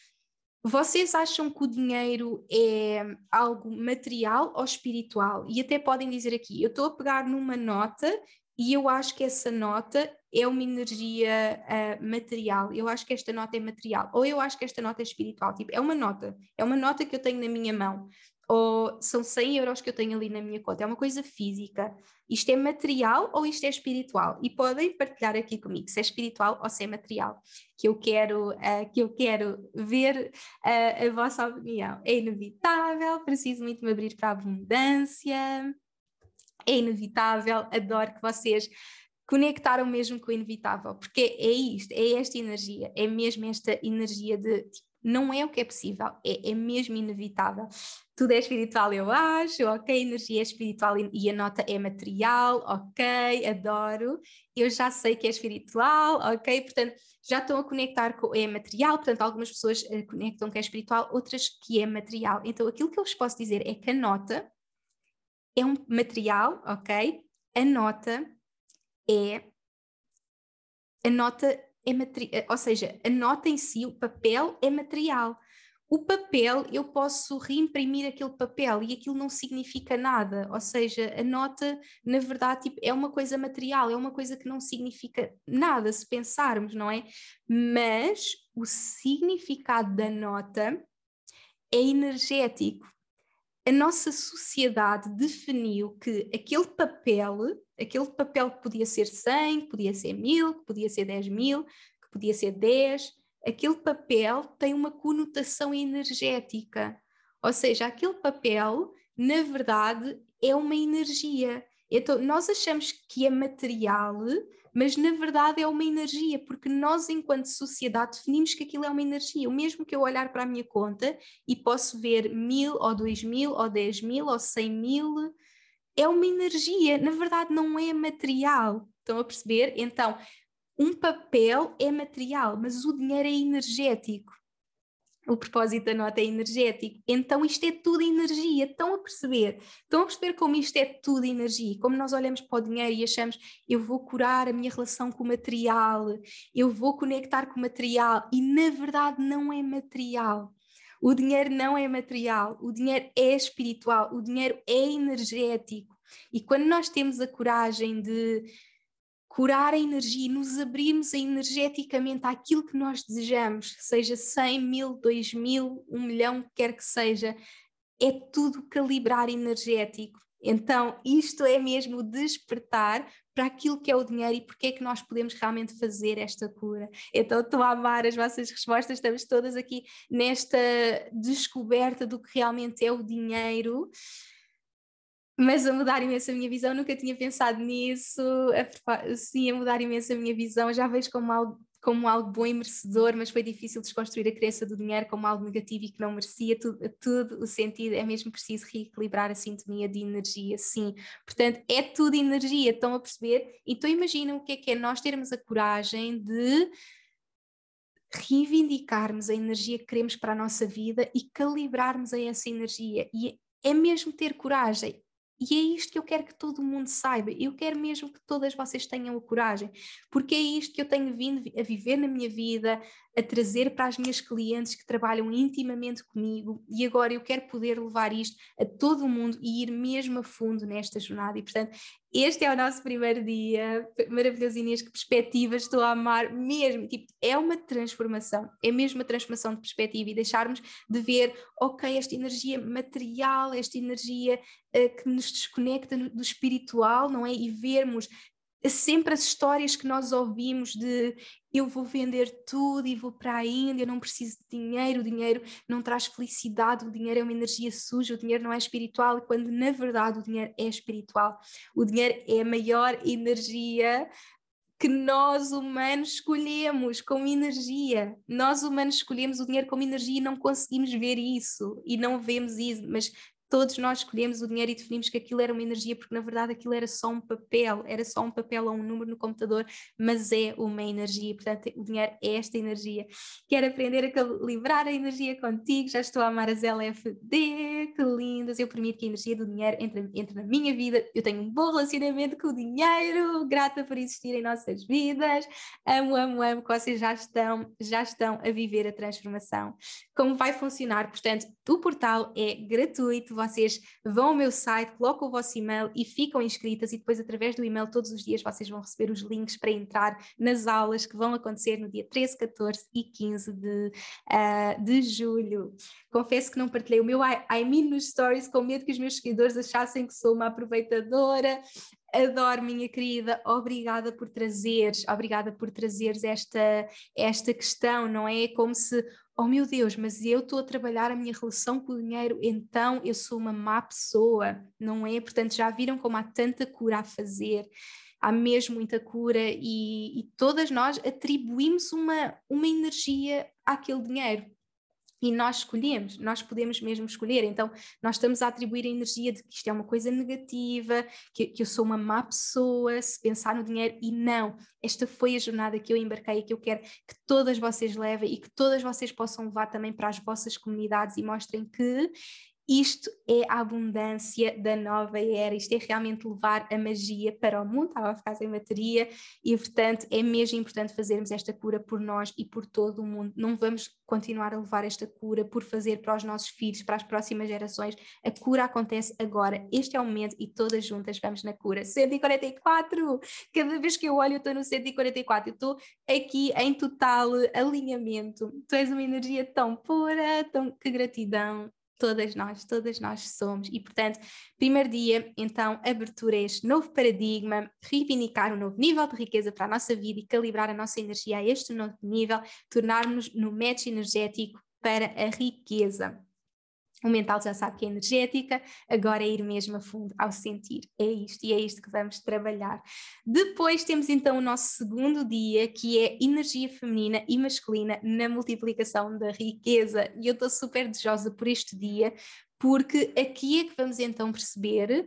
Vocês acham que o dinheiro é algo material ou espiritual? E até podem dizer aqui, eu estou a pegar numa nota e eu acho que essa nota é uma energia uh, material, eu acho que esta nota é material, ou eu acho que esta nota é espiritual, tipo, é uma nota, é uma nota que eu tenho na minha mão, ou são cem euros que eu tenho ali na minha conta, é uma coisa física. Isto é material ou isto é espiritual? E podem partilhar aqui comigo se é espiritual ou se é material, que eu quero, uh, que eu quero ver uh, a vossa opinião. É inevitável, preciso muito me abrir para a abundância, é inevitável, adoro que vocês conectaram mesmo com o inevitável, porque é isto, é esta energia, é mesmo esta energia de, tipo, não é o que é possível, é, é mesmo inevitável. Tudo é espiritual, eu acho, ok, a energia é espiritual e a nota é material, ok, adoro, eu já sei que é espiritual, ok, portanto, já estão a conectar com é material, portanto, algumas pessoas uh, conectam que é espiritual, outras que é material. Então, aquilo que eu vos posso dizer é que a nota é um material, ok? A nota é a nota é material, ou seja, a nota em si, o papel é material. O papel, eu posso reimprimir aquele papel e aquilo não significa nada, ou seja, a nota, na verdade, tipo, é uma coisa material, é uma coisa que não significa nada, se pensarmos, não é? Mas o significado da nota é energético. A nossa sociedade definiu que aquele papel, aquele papel que podia ser cem, que podia ser mil, que podia ser dez mil, que podia ser dez, aquele papel tem uma conotação energética. Ou seja, aquele papel, na verdade, é uma energia. Então, nós achamos que é material, mas na verdade é uma energia, porque nós, enquanto sociedade, definimos que aquilo é uma energia. O mesmo que eu olhar para a minha conta e posso ver mil, ou dois mil, ou dez mil, ou cem mil, é uma energia, na verdade não é material. Estão a perceber? Então, um papel é material, mas o dinheiro é energético. O propósito da nota é energético, então isto é tudo energia, estão a perceber? Estão a perceber como isto é tudo energia? Como nós olhamos para o dinheiro e achamos, eu vou curar a minha relação com o material, eu vou conectar com o material, e na verdade não é material. O dinheiro não é material, o dinheiro é espiritual, o dinheiro é energético, e quando nós temos a coragem de curar a energia, nos abrirmos energeticamente àquilo que nós desejamos, seja cem mil, dois mil, um milhão, quer que seja, é tudo calibrar energético. Então, isto é mesmo despertar para aquilo que é o dinheiro e porque é que nós podemos realmente fazer esta cura. Então, estou a amar as vossas respostas, estamos todas aqui nesta descoberta do que realmente é o dinheiro. Mas a mudar imenso a minha visão, nunca tinha pensado nisso, a, sim, a mudar imenso a minha visão, já vejo como algo, como algo bom e merecedor, mas foi difícil desconstruir a crença do dinheiro como algo negativo e que não merecia. Tudo, tudo o sentido, é mesmo preciso reequilibrar a sintonia de energia, sim. Portanto, é tudo energia, estão a perceber? Então imaginem o que é que é nós termos a coragem de reivindicarmos a energia que queremos para a nossa vida e calibrarmos a essa energia. E é mesmo ter coragem. E é isto que eu quero que todo mundo saiba. Eu quero mesmo que todas vocês tenham a coragem, porque é isto que eu tenho vindo a viver na minha vida, a trazer para as minhas clientes que trabalham intimamente comigo, e agora eu quero poder levar isto a todo o mundo e ir mesmo a fundo nesta jornada. E portanto, este é o nosso primeiro dia. Maravilhoso, Inês, que perspectivas, estou a amar mesmo. Tipo, é uma transformação, é mesmo uma transformação de perspectiva e deixarmos de ver, ok, esta energia material, esta energia uh, que nos desconecta no, do espiritual, não é? E vermos sempre as histórias que nós ouvimos de eu vou vender tudo e vou para a Índia, eu não preciso de dinheiro, o dinheiro não traz felicidade, o dinheiro é uma energia suja, o dinheiro não é espiritual, quando na verdade o dinheiro é espiritual. O dinheiro é a maior energia que nós humanos escolhemos como energia. Nós humanos escolhemos o dinheiro como energia e não conseguimos ver isso e não vemos isso, mas todos nós escolhemos o dinheiro e definimos que aquilo era uma energia, porque na verdade aquilo era só um papel, era só um papel ou um número no computador, mas é uma energia, portanto o dinheiro é esta energia. Quero aprender a calibrar a energia contigo, já estou a amar as L F D, que lindas, eu permito que a energia do dinheiro entre, entre na minha vida, eu tenho um bom relacionamento com o dinheiro, grata por existir em nossas vidas, amo, amo, amo que vocês já estão, já estão a viver a transformação. Como vai funcionar? Portanto, o portal é gratuito, vocês vão ao meu site, colocam o vosso e-mail e ficam inscritas, e depois através do e-mail todos os dias vocês vão receber os links para entrar nas aulas que vão acontecer no dia treze, catorze e quinze de, uh, de julho. Confesso que não partilhei o meu I, I mean nos stories com medo que os meus seguidores achassem que sou uma aproveitadora. Adoro, minha querida, obrigada por trazeres, obrigada por trazeres esta, esta questão, não é? Como se, oh meu Deus, mas eu estou a trabalhar a minha relação com o dinheiro, então eu sou uma má pessoa, não é? Portanto, já viram como há tanta cura a fazer, há mesmo muita cura, e, e todas nós atribuímos uma, uma energia àquele dinheiro. E nós escolhemos, nós podemos mesmo escolher. Então nós estamos a atribuir a energia de que isto é uma coisa negativa, que, que eu sou uma má pessoa se pensar no dinheiro, e não, esta foi a jornada que eu embarquei e que eu quero que todas vocês levem e que todas vocês possam levar também para as vossas comunidades e mostrem que isto é a abundância da nova era, isto é realmente levar a magia para o mundo, estava a ficar sem bateria, e portanto é mesmo importante fazermos esta cura por nós e por todo o mundo. Não vamos continuar a levar esta cura por fazer para os nossos filhos, para as próximas gerações. A cura acontece agora, este é o momento, e todas juntas vamos na cura. cento e quarenta e quatro! Cada vez que eu olho eu estou no cento e quarenta e quatro, eu estou aqui em total alinhamento. Tu és uma energia tão pura, tão... que gratidão. Todas nós, todas nós somos. E portanto, primeiro dia, então, abertura a este novo paradigma, reivindicar um novo nível de riqueza para a nossa vida e calibrar a nossa energia a este novo nível, tornarmos-nos no match energético para a riqueza. O mental já sabe que é energética, agora é ir mesmo a fundo ao sentir. É isto, e é isto que vamos trabalhar. Depois temos então o nosso segundo dia, que é energia feminina e masculina na multiplicação da riqueza. E eu estou super desejosa por este dia, porque aqui é que vamos então perceber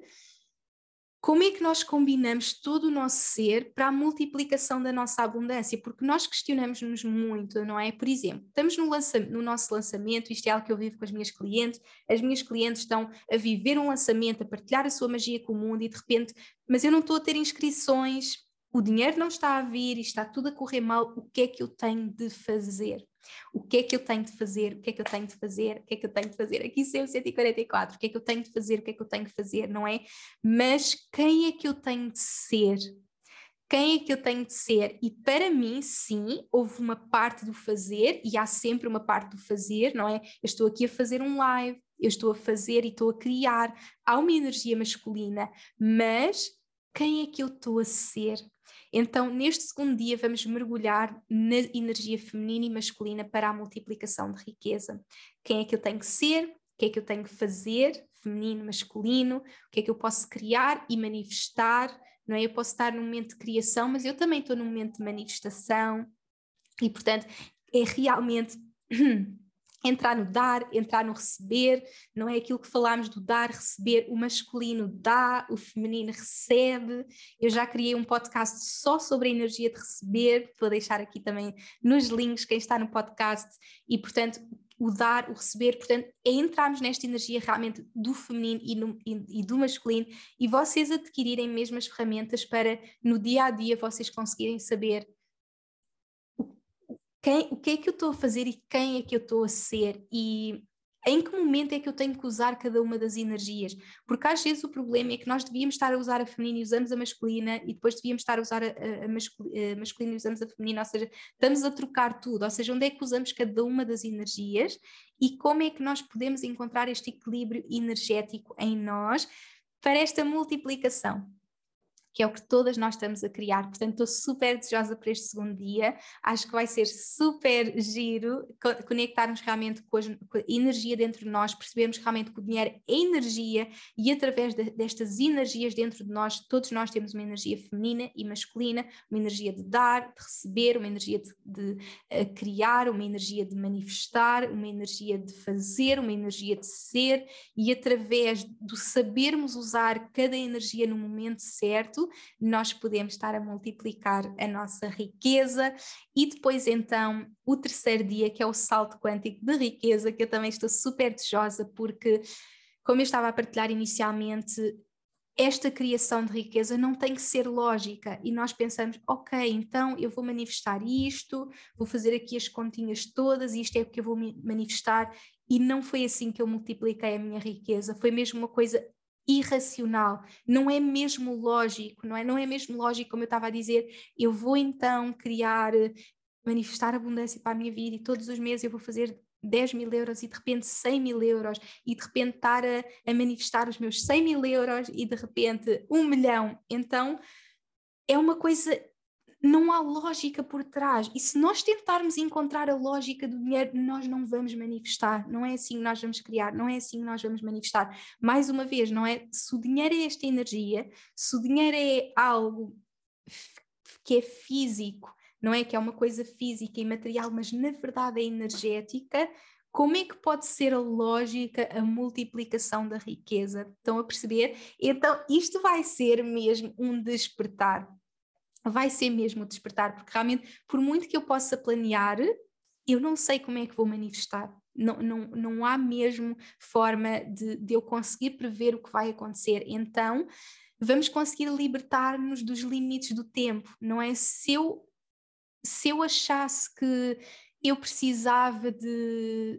como é que nós combinamos todo o nosso ser para a multiplicação da nossa abundância, porque nós questionamos-nos muito, não é? Por exemplo, estamos no, lança- no nosso lançamento, isto é algo que eu vivo com as minhas clientes, as minhas clientes estão a viver um lançamento, a partilhar a sua magia com o mundo, e de repente, mas eu não estou a ter inscrições, o dinheiro não está a vir e está tudo a correr mal, o que é que eu tenho de fazer? O que é que eu tenho de fazer? O que é que eu tenho de fazer? O que é que eu tenho de fazer? Aqui saiu cento e quarenta e quatro, o que é que eu tenho de fazer? O que é que eu tenho de fazer? Não é? Mas quem é que eu tenho de ser? Quem é que eu tenho de ser? E para mim, sim, houve uma parte do fazer, e há sempre uma parte do fazer, não é? Eu estou aqui a fazer um live, eu estou a fazer e estou a criar, há uma energia masculina, mas quem é que eu estou a ser? Então, neste segundo dia, vamos mergulhar na energia feminina e masculina para a multiplicação de riqueza. Quem é que eu tenho que ser? O que é que eu tenho que fazer? Feminino, masculino? O que é que eu posso criar e manifestar? Não é? Eu posso estar num momento de criação, mas eu também estou num momento de manifestação. E, portanto, é realmente entrar no dar, entrar no receber, não é aquilo que falámos do dar, receber, o masculino dá, o feminino recebe. Eu já criei um podcast só sobre a energia de receber, vou deixar aqui também nos links quem está no podcast, e portanto o dar, o receber, portanto é entrarmos nesta energia realmente do feminino e, no, e, e do masculino, e vocês adquirirem mesmo as ferramentas para no dia a dia vocês conseguirem saber Quem, o que é que eu estou a fazer e quem é que eu estou a ser, e em que momento é que eu tenho que usar cada uma das energias, porque às vezes o problema é que nós devíamos estar a usar a feminina e usamos a masculina, e depois devíamos estar a usar a, a, a masculina e usamos a feminina, ou seja, estamos a trocar tudo, ou seja, onde é que usamos cada uma das energias e como é que nós podemos encontrar este equilíbrio energético em nós para esta multiplicação, que é o que todas nós estamos a criar. Portanto, estou super desejosa por este segundo dia, acho que vai ser super giro conectarmos realmente com, as, com a energia dentro de nós, percebermos realmente que o dinheiro é energia, e através de, destas energias dentro de nós, todos nós temos uma energia feminina e masculina, uma energia de dar, de receber, uma energia de, de uh, criar, uma energia de manifestar, uma energia de fazer, uma energia de ser, e através do sabermos usar cada energia no momento certo, nós podemos estar a multiplicar a nossa riqueza. E depois então o terceiro dia, que é o salto quântico de riqueza, que eu também estou super desejosa, porque como eu estava a partilhar inicialmente, esta criação de riqueza não tem que ser lógica, e nós pensamos, ok, então eu vou manifestar isto, vou fazer aqui as continhas todas e isto é o que eu vou manifestar, e não foi assim que eu multipliquei a minha riqueza, foi mesmo uma coisa irracional, não é mesmo lógico, não é, não é mesmo lógico, como eu estava a dizer, eu vou então criar, manifestar abundância para a minha vida e todos os meses eu vou fazer dez mil euros e de repente cem mil euros e de repente estar a, a manifestar os meus cem mil euros e de repente um milhão, então é uma coisa, não há lógica por trás, e se nós tentarmos encontrar a lógica do dinheiro, nós não vamos manifestar, não é assim que nós vamos criar, não é assim que nós vamos manifestar. Mais uma vez, não é? Se o dinheiro é esta energia, se o dinheiro é algo que é físico, não é? Que é uma coisa física e material, mas na verdade é energética, como é que pode ser a lógica, a multiplicação da riqueza? Estão a perceber? Então isto vai ser mesmo um despertar. Vai ser mesmo o despertar, porque realmente, por muito que eu possa planear, eu não sei como é que vou manifestar. Não, não, não há mesmo forma de, de eu conseguir prever o que vai acontecer. Então, vamos conseguir libertar-nos dos limites do tempo, não é? Se eu, se eu achasse que eu precisava de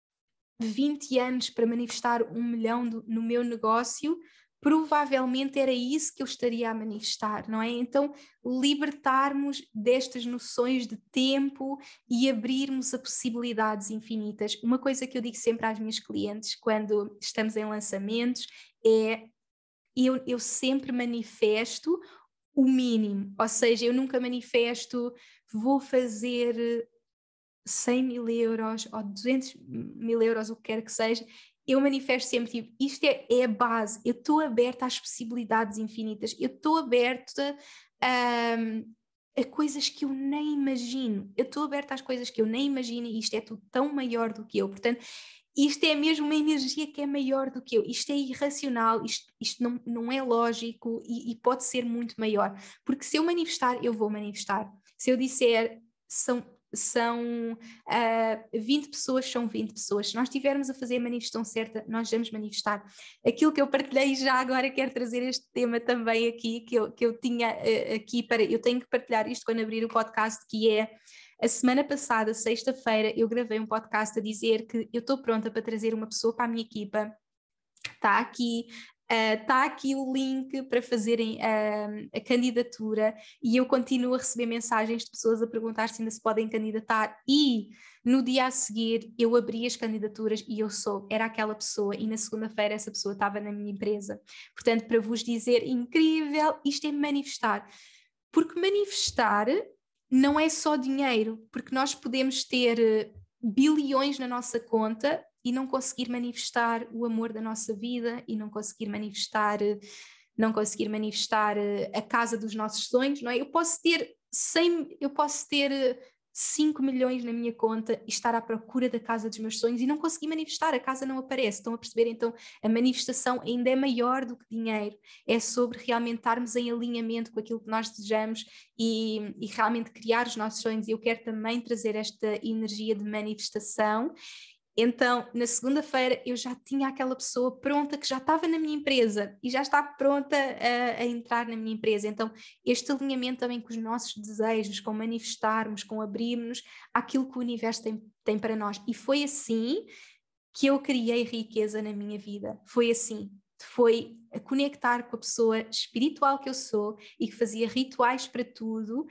vinte anos para manifestar um milhão do, no meu negócio, provavelmente era isso que eu estaria a manifestar, não é? Então, libertarmos destas noções de tempo e abrirmos a possibilidades infinitas. Uma coisa que eu digo sempre às minhas clientes quando estamos em lançamentos é, eu, eu sempre manifesto o mínimo, ou seja, eu nunca manifesto vou fazer cem mil euros ou duzentos mil euros, o que quer que seja. Eu manifesto sempre, tipo, isto é, é a base, eu estou aberta às possibilidades infinitas, eu estou aberta a, a coisas que eu nem imagino, eu estou aberta às coisas que eu nem imagino, e isto é tudo tão maior do que eu, portanto, isto é mesmo uma energia que é maior do que eu, isto é irracional, isto, isto não, não é lógico, e, e pode ser muito maior, porque se eu manifestar, eu vou manifestar. Se eu disser, são são uh, vinte pessoas, são vinte pessoas. Se nós estivermos a fazer a manifestação certa, nós vamos manifestar. Aquilo que eu partilhei já agora, quero trazer este tema também aqui, que eu, que eu tinha uh, aqui para, eu tenho que partilhar isto quando abrir o podcast, que é, a semana passada, sexta-feira, eu gravei um podcast a dizer que eu estou pronta para trazer uma pessoa para a minha equipa. Está aqui, está uh, aqui o link para fazerem uh, a candidatura, e eu continuo a receber mensagens de pessoas a perguntar se ainda se podem candidatar, e no dia a seguir eu abri as candidaturas e eu sou, era aquela pessoa, e na segunda-feira essa pessoa estava na minha empresa. Portanto, para vos dizer, incrível, isto é manifestar, porque manifestar não é só dinheiro, porque nós podemos ter bilhões na nossa conta e não conseguir manifestar o amor da nossa vida, e não conseguir manifestar, não conseguir manifestar a casa dos nossos sonhos, não é? Eu posso ter cem, eu posso ter cinco milhões na minha conta e estar à procura da casa dos meus sonhos e não conseguir manifestar, a casa não aparece. Estão a perceber? Então a manifestação ainda é maior do que dinheiro, é sobre realmente estarmos em alinhamento com aquilo que nós desejamos e, e realmente criar os nossos sonhos. E eu quero também trazer esta energia de manifestação. Então, na segunda-feira, eu já tinha aquela pessoa pronta que já estava na minha empresa e já está pronta a, a entrar na minha empresa. Então, este alinhamento também com os nossos desejos, com manifestarmos, com abrirmos àquilo que o universo tem, tem para nós. E foi assim que eu criei riqueza na minha vida. Foi assim. Foi a conectar com a pessoa espiritual que eu sou e que fazia rituais para tudo,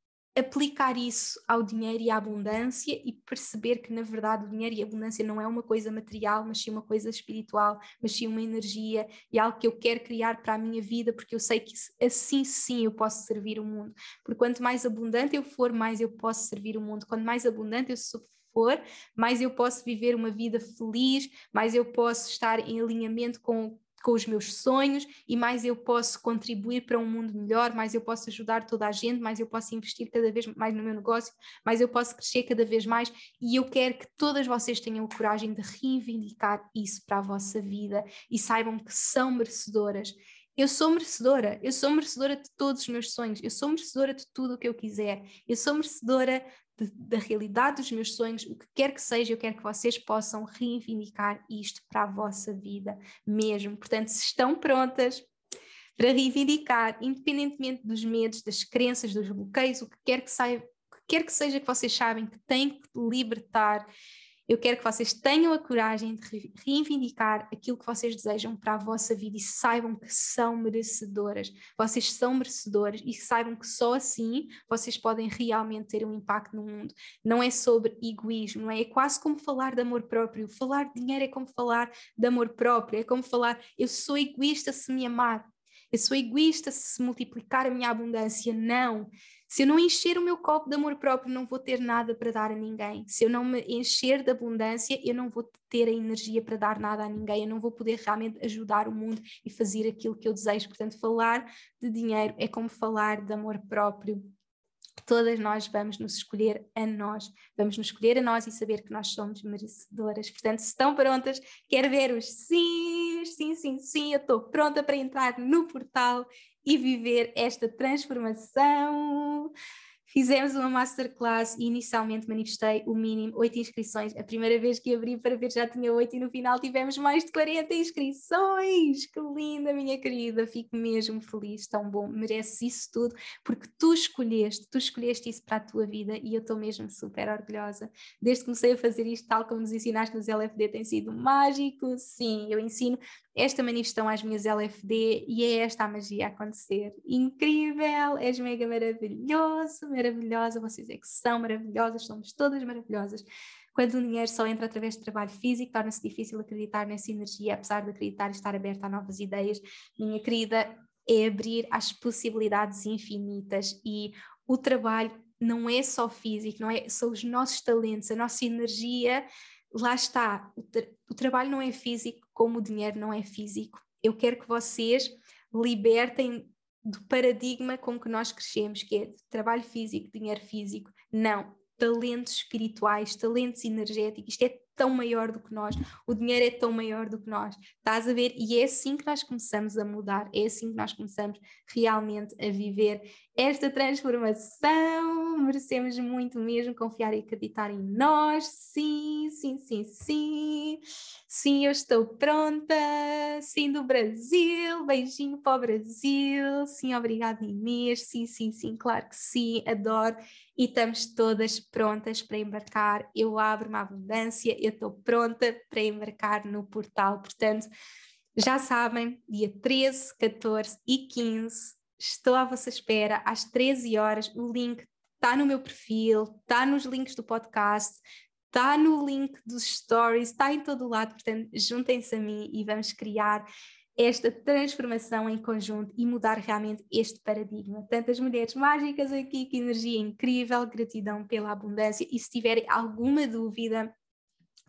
aplicar isso ao dinheiro e à abundância e perceber que na verdade o dinheiro e a abundância não é uma coisa material, mas sim uma coisa espiritual, mas sim uma energia e algo que eu quero criar para a minha vida, porque eu sei que assim sim eu posso servir o mundo, porque quanto mais abundante eu for, mais eu posso servir o mundo, quanto mais abundante eu sou for, mais eu posso viver uma vida feliz, mais eu posso estar em alinhamento com com os meus sonhos e mais eu posso contribuir para um mundo melhor, mais eu posso ajudar toda a gente, mais eu posso investir cada vez mais no meu negócio, mais eu posso crescer cada vez mais e eu quero que todas vocês tenham a coragem de reivindicar isso para a vossa vida e saibam que são merecedoras. Eu sou merecedora, eu sou merecedora de todos os meus sonhos, eu sou merecedora de tudo o que eu quiser, eu sou merecedora de, da realidade dos meus sonhos, o que quer que seja, eu quero que vocês possam reivindicar isto para a vossa vida mesmo. Portanto, se estão prontas para reivindicar, independentemente dos medos, das crenças, dos bloqueios, o que quer que, saia, o que quer que seja que vocês sabem que têm que libertar, eu quero que vocês tenham a coragem de reivindicar aquilo que vocês desejam para a vossa vida e saibam que são merecedoras. Vocês são merecedoras e saibam que só assim vocês podem realmente ter um impacto no mundo. Não é sobre egoísmo, não é? É quase como falar de amor próprio. Falar de dinheiro é como falar de amor próprio, é como falar eu sou egoísta se me amar. Eu sou egoísta se multiplicar a minha abundância. Não. Se eu não encher o meu copo de amor próprio, não vou ter nada para dar a ninguém. Se eu não me encher de abundância, eu não vou ter a energia para dar nada a ninguém. Eu não vou poder realmente ajudar o mundo e fazer aquilo que eu desejo. Portanto, falar de dinheiro é como falar de amor próprio. Todas nós vamos nos escolher a nós, vamos nos escolher a nós e saber que nós somos merecedoras. Portanto, se estão prontas, quero ver os sim, sim, sim, sim, eu estou pronta para entrar no portal e viver esta transformação. Fizemos uma masterclass e inicialmente manifestei o mínimo oito inscrições. A primeira vez que abri para ver já tinha oito e no final tivemos mais de quarenta inscrições. Que linda, minha querida. Fico mesmo feliz, tão bom. Mereces isso tudo porque tu escolheste, tu escolheste isso para a tua vida e eu estou mesmo super orgulhosa. Desde que comecei a fazer isto, tal como nos ensinaste nos L F D, tem sido mágico. Sim, eu ensino esta manifestação às minhas L F D e é esta a magia a acontecer. Incrível, és mega maravilhoso, maravilhosa, vocês é que são maravilhosas, somos todas maravilhosas. Quando o dinheiro só entra através de trabalho físico, torna-se difícil acreditar nessa energia, apesar de acreditar e estar aberta a novas ideias. Minha querida, é abrir às possibilidades infinitas e o trabalho não é só físico, não é, são os nossos talentos, a nossa energia. Lá está, o, tra- o trabalho não é físico como o dinheiro não é físico. Eu quero que vocês libertem do paradigma com que nós crescemos, que é trabalho físico, dinheiro físico. Não, talentos espirituais, talentos energéticos, isto é tão maior do que nós, o dinheiro é tão maior do que nós, estás a ver? E é assim que nós começamos a mudar, é assim que nós começamos realmente a viver esta transformação. Merecemos muito mesmo confiar e acreditar em nós. Sim, sim, sim, sim. Sim, eu estou pronta. Sim, do Brasil. Beijinho para o Brasil. Sim, obrigada, Inês. Sim, sim, sim, claro que sim. Adoro. E estamos todas prontas para embarcar. Eu abro uma abundância. Eu estou pronta para embarcar no portal. Portanto, já sabem, dia treze, catorze e quinze. Estou à vossa espera às treze horas. O link está no meu perfil, está nos links do podcast, está no link dos stories, está em todo o lado. Portanto, juntem-se a mim e vamos criar esta transformação em conjunto e mudar realmente este paradigma. Tantas mulheres mágicas aqui, que energia incrível, gratidão pela abundância. E se tiverem alguma dúvida,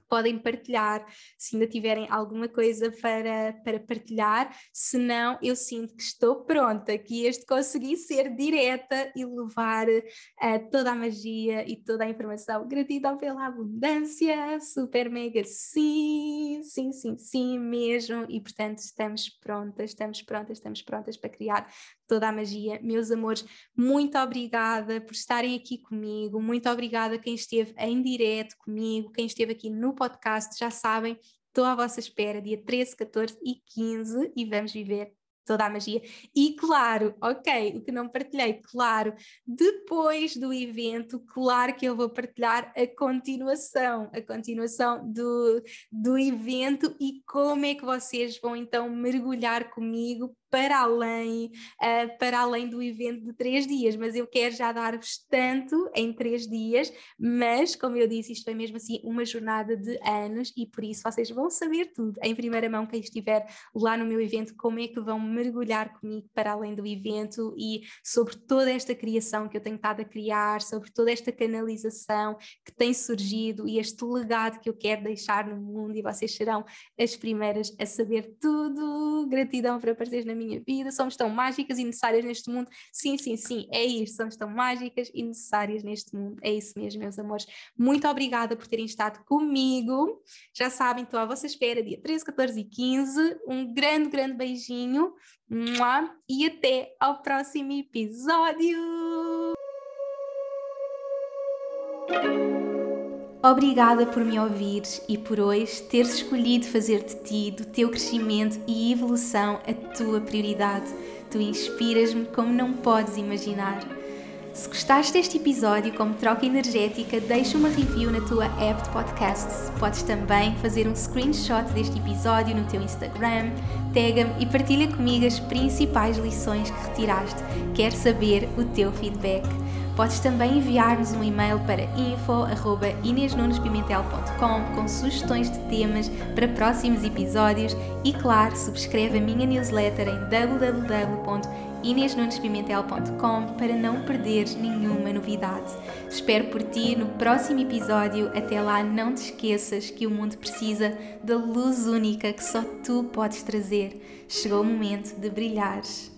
podem partilhar, se ainda tiverem alguma coisa para, para partilhar, se não, eu sinto que estou pronta, que este consegui ser direta e levar uh, toda a magia e toda a informação. Gratidão pela abundância, super mega sim, sim, sim, sim mesmo, e portanto estamos prontas, estamos prontas, estamos prontas para criar toda a magia. Meus amores, muito obrigada por estarem aqui comigo, muito obrigada quem esteve em direto comigo, quem esteve aqui no podcast, já sabem, estou à vossa espera, dia treze, catorze e quinze, e vamos viver toda a magia. E claro, ok, o que não partilhei, claro, depois do evento, claro que eu vou partilhar a continuação, a continuação do, do evento e como é que vocês vão então mergulhar comigo para além, uh, para além do evento de três dias, mas eu quero já dar-vos tanto em três dias, mas como eu disse, isto é mesmo assim uma jornada de anos e por isso vocês vão saber tudo em primeira mão quem estiver lá no meu evento, como é que vão mergulhar comigo para além do evento e sobre toda esta criação que eu tenho estado a criar, sobre toda esta canalização que tem surgido e este legado que eu quero deixar no mundo, e vocês serão as primeiras a saber tudo. Gratidão por apareceres na minha minha vida, somos tão mágicas e necessárias neste mundo. Sim, sim, sim, é isto, somos tão mágicas e necessárias neste mundo, é isso mesmo, meus amores. Muito obrigada por terem estado comigo, já sabem, estou à vossa espera dia treze, catorze e quinze, um grande, grande beijinho e até ao próximo episódio. Obrigada por me ouvires e por hoje teres escolhido fazer de ti, do teu crescimento e evolução, a tua prioridade. Tu inspiras-me como não podes imaginar. Se gostaste deste episódio como troca energética, deixa uma review na tua app de podcasts. Podes também fazer um screenshot deste episódio no teu Instagram, tag-me e partilha comigo as principais lições que retiraste. Quero saber o teu feedback. Podes também enviar-nos um e-mail para info arroba inês nunes pimentel ponto com com sugestões de temas para próximos episódios e, claro, subscreve a minha newsletter em w w w ponto inês nunes pimentel ponto com para não perderes nenhuma novidade. Espero por ti no próximo episódio. Até lá, não te esqueças que o mundo precisa da luz única que só tu podes trazer. Chegou o momento de brilhares.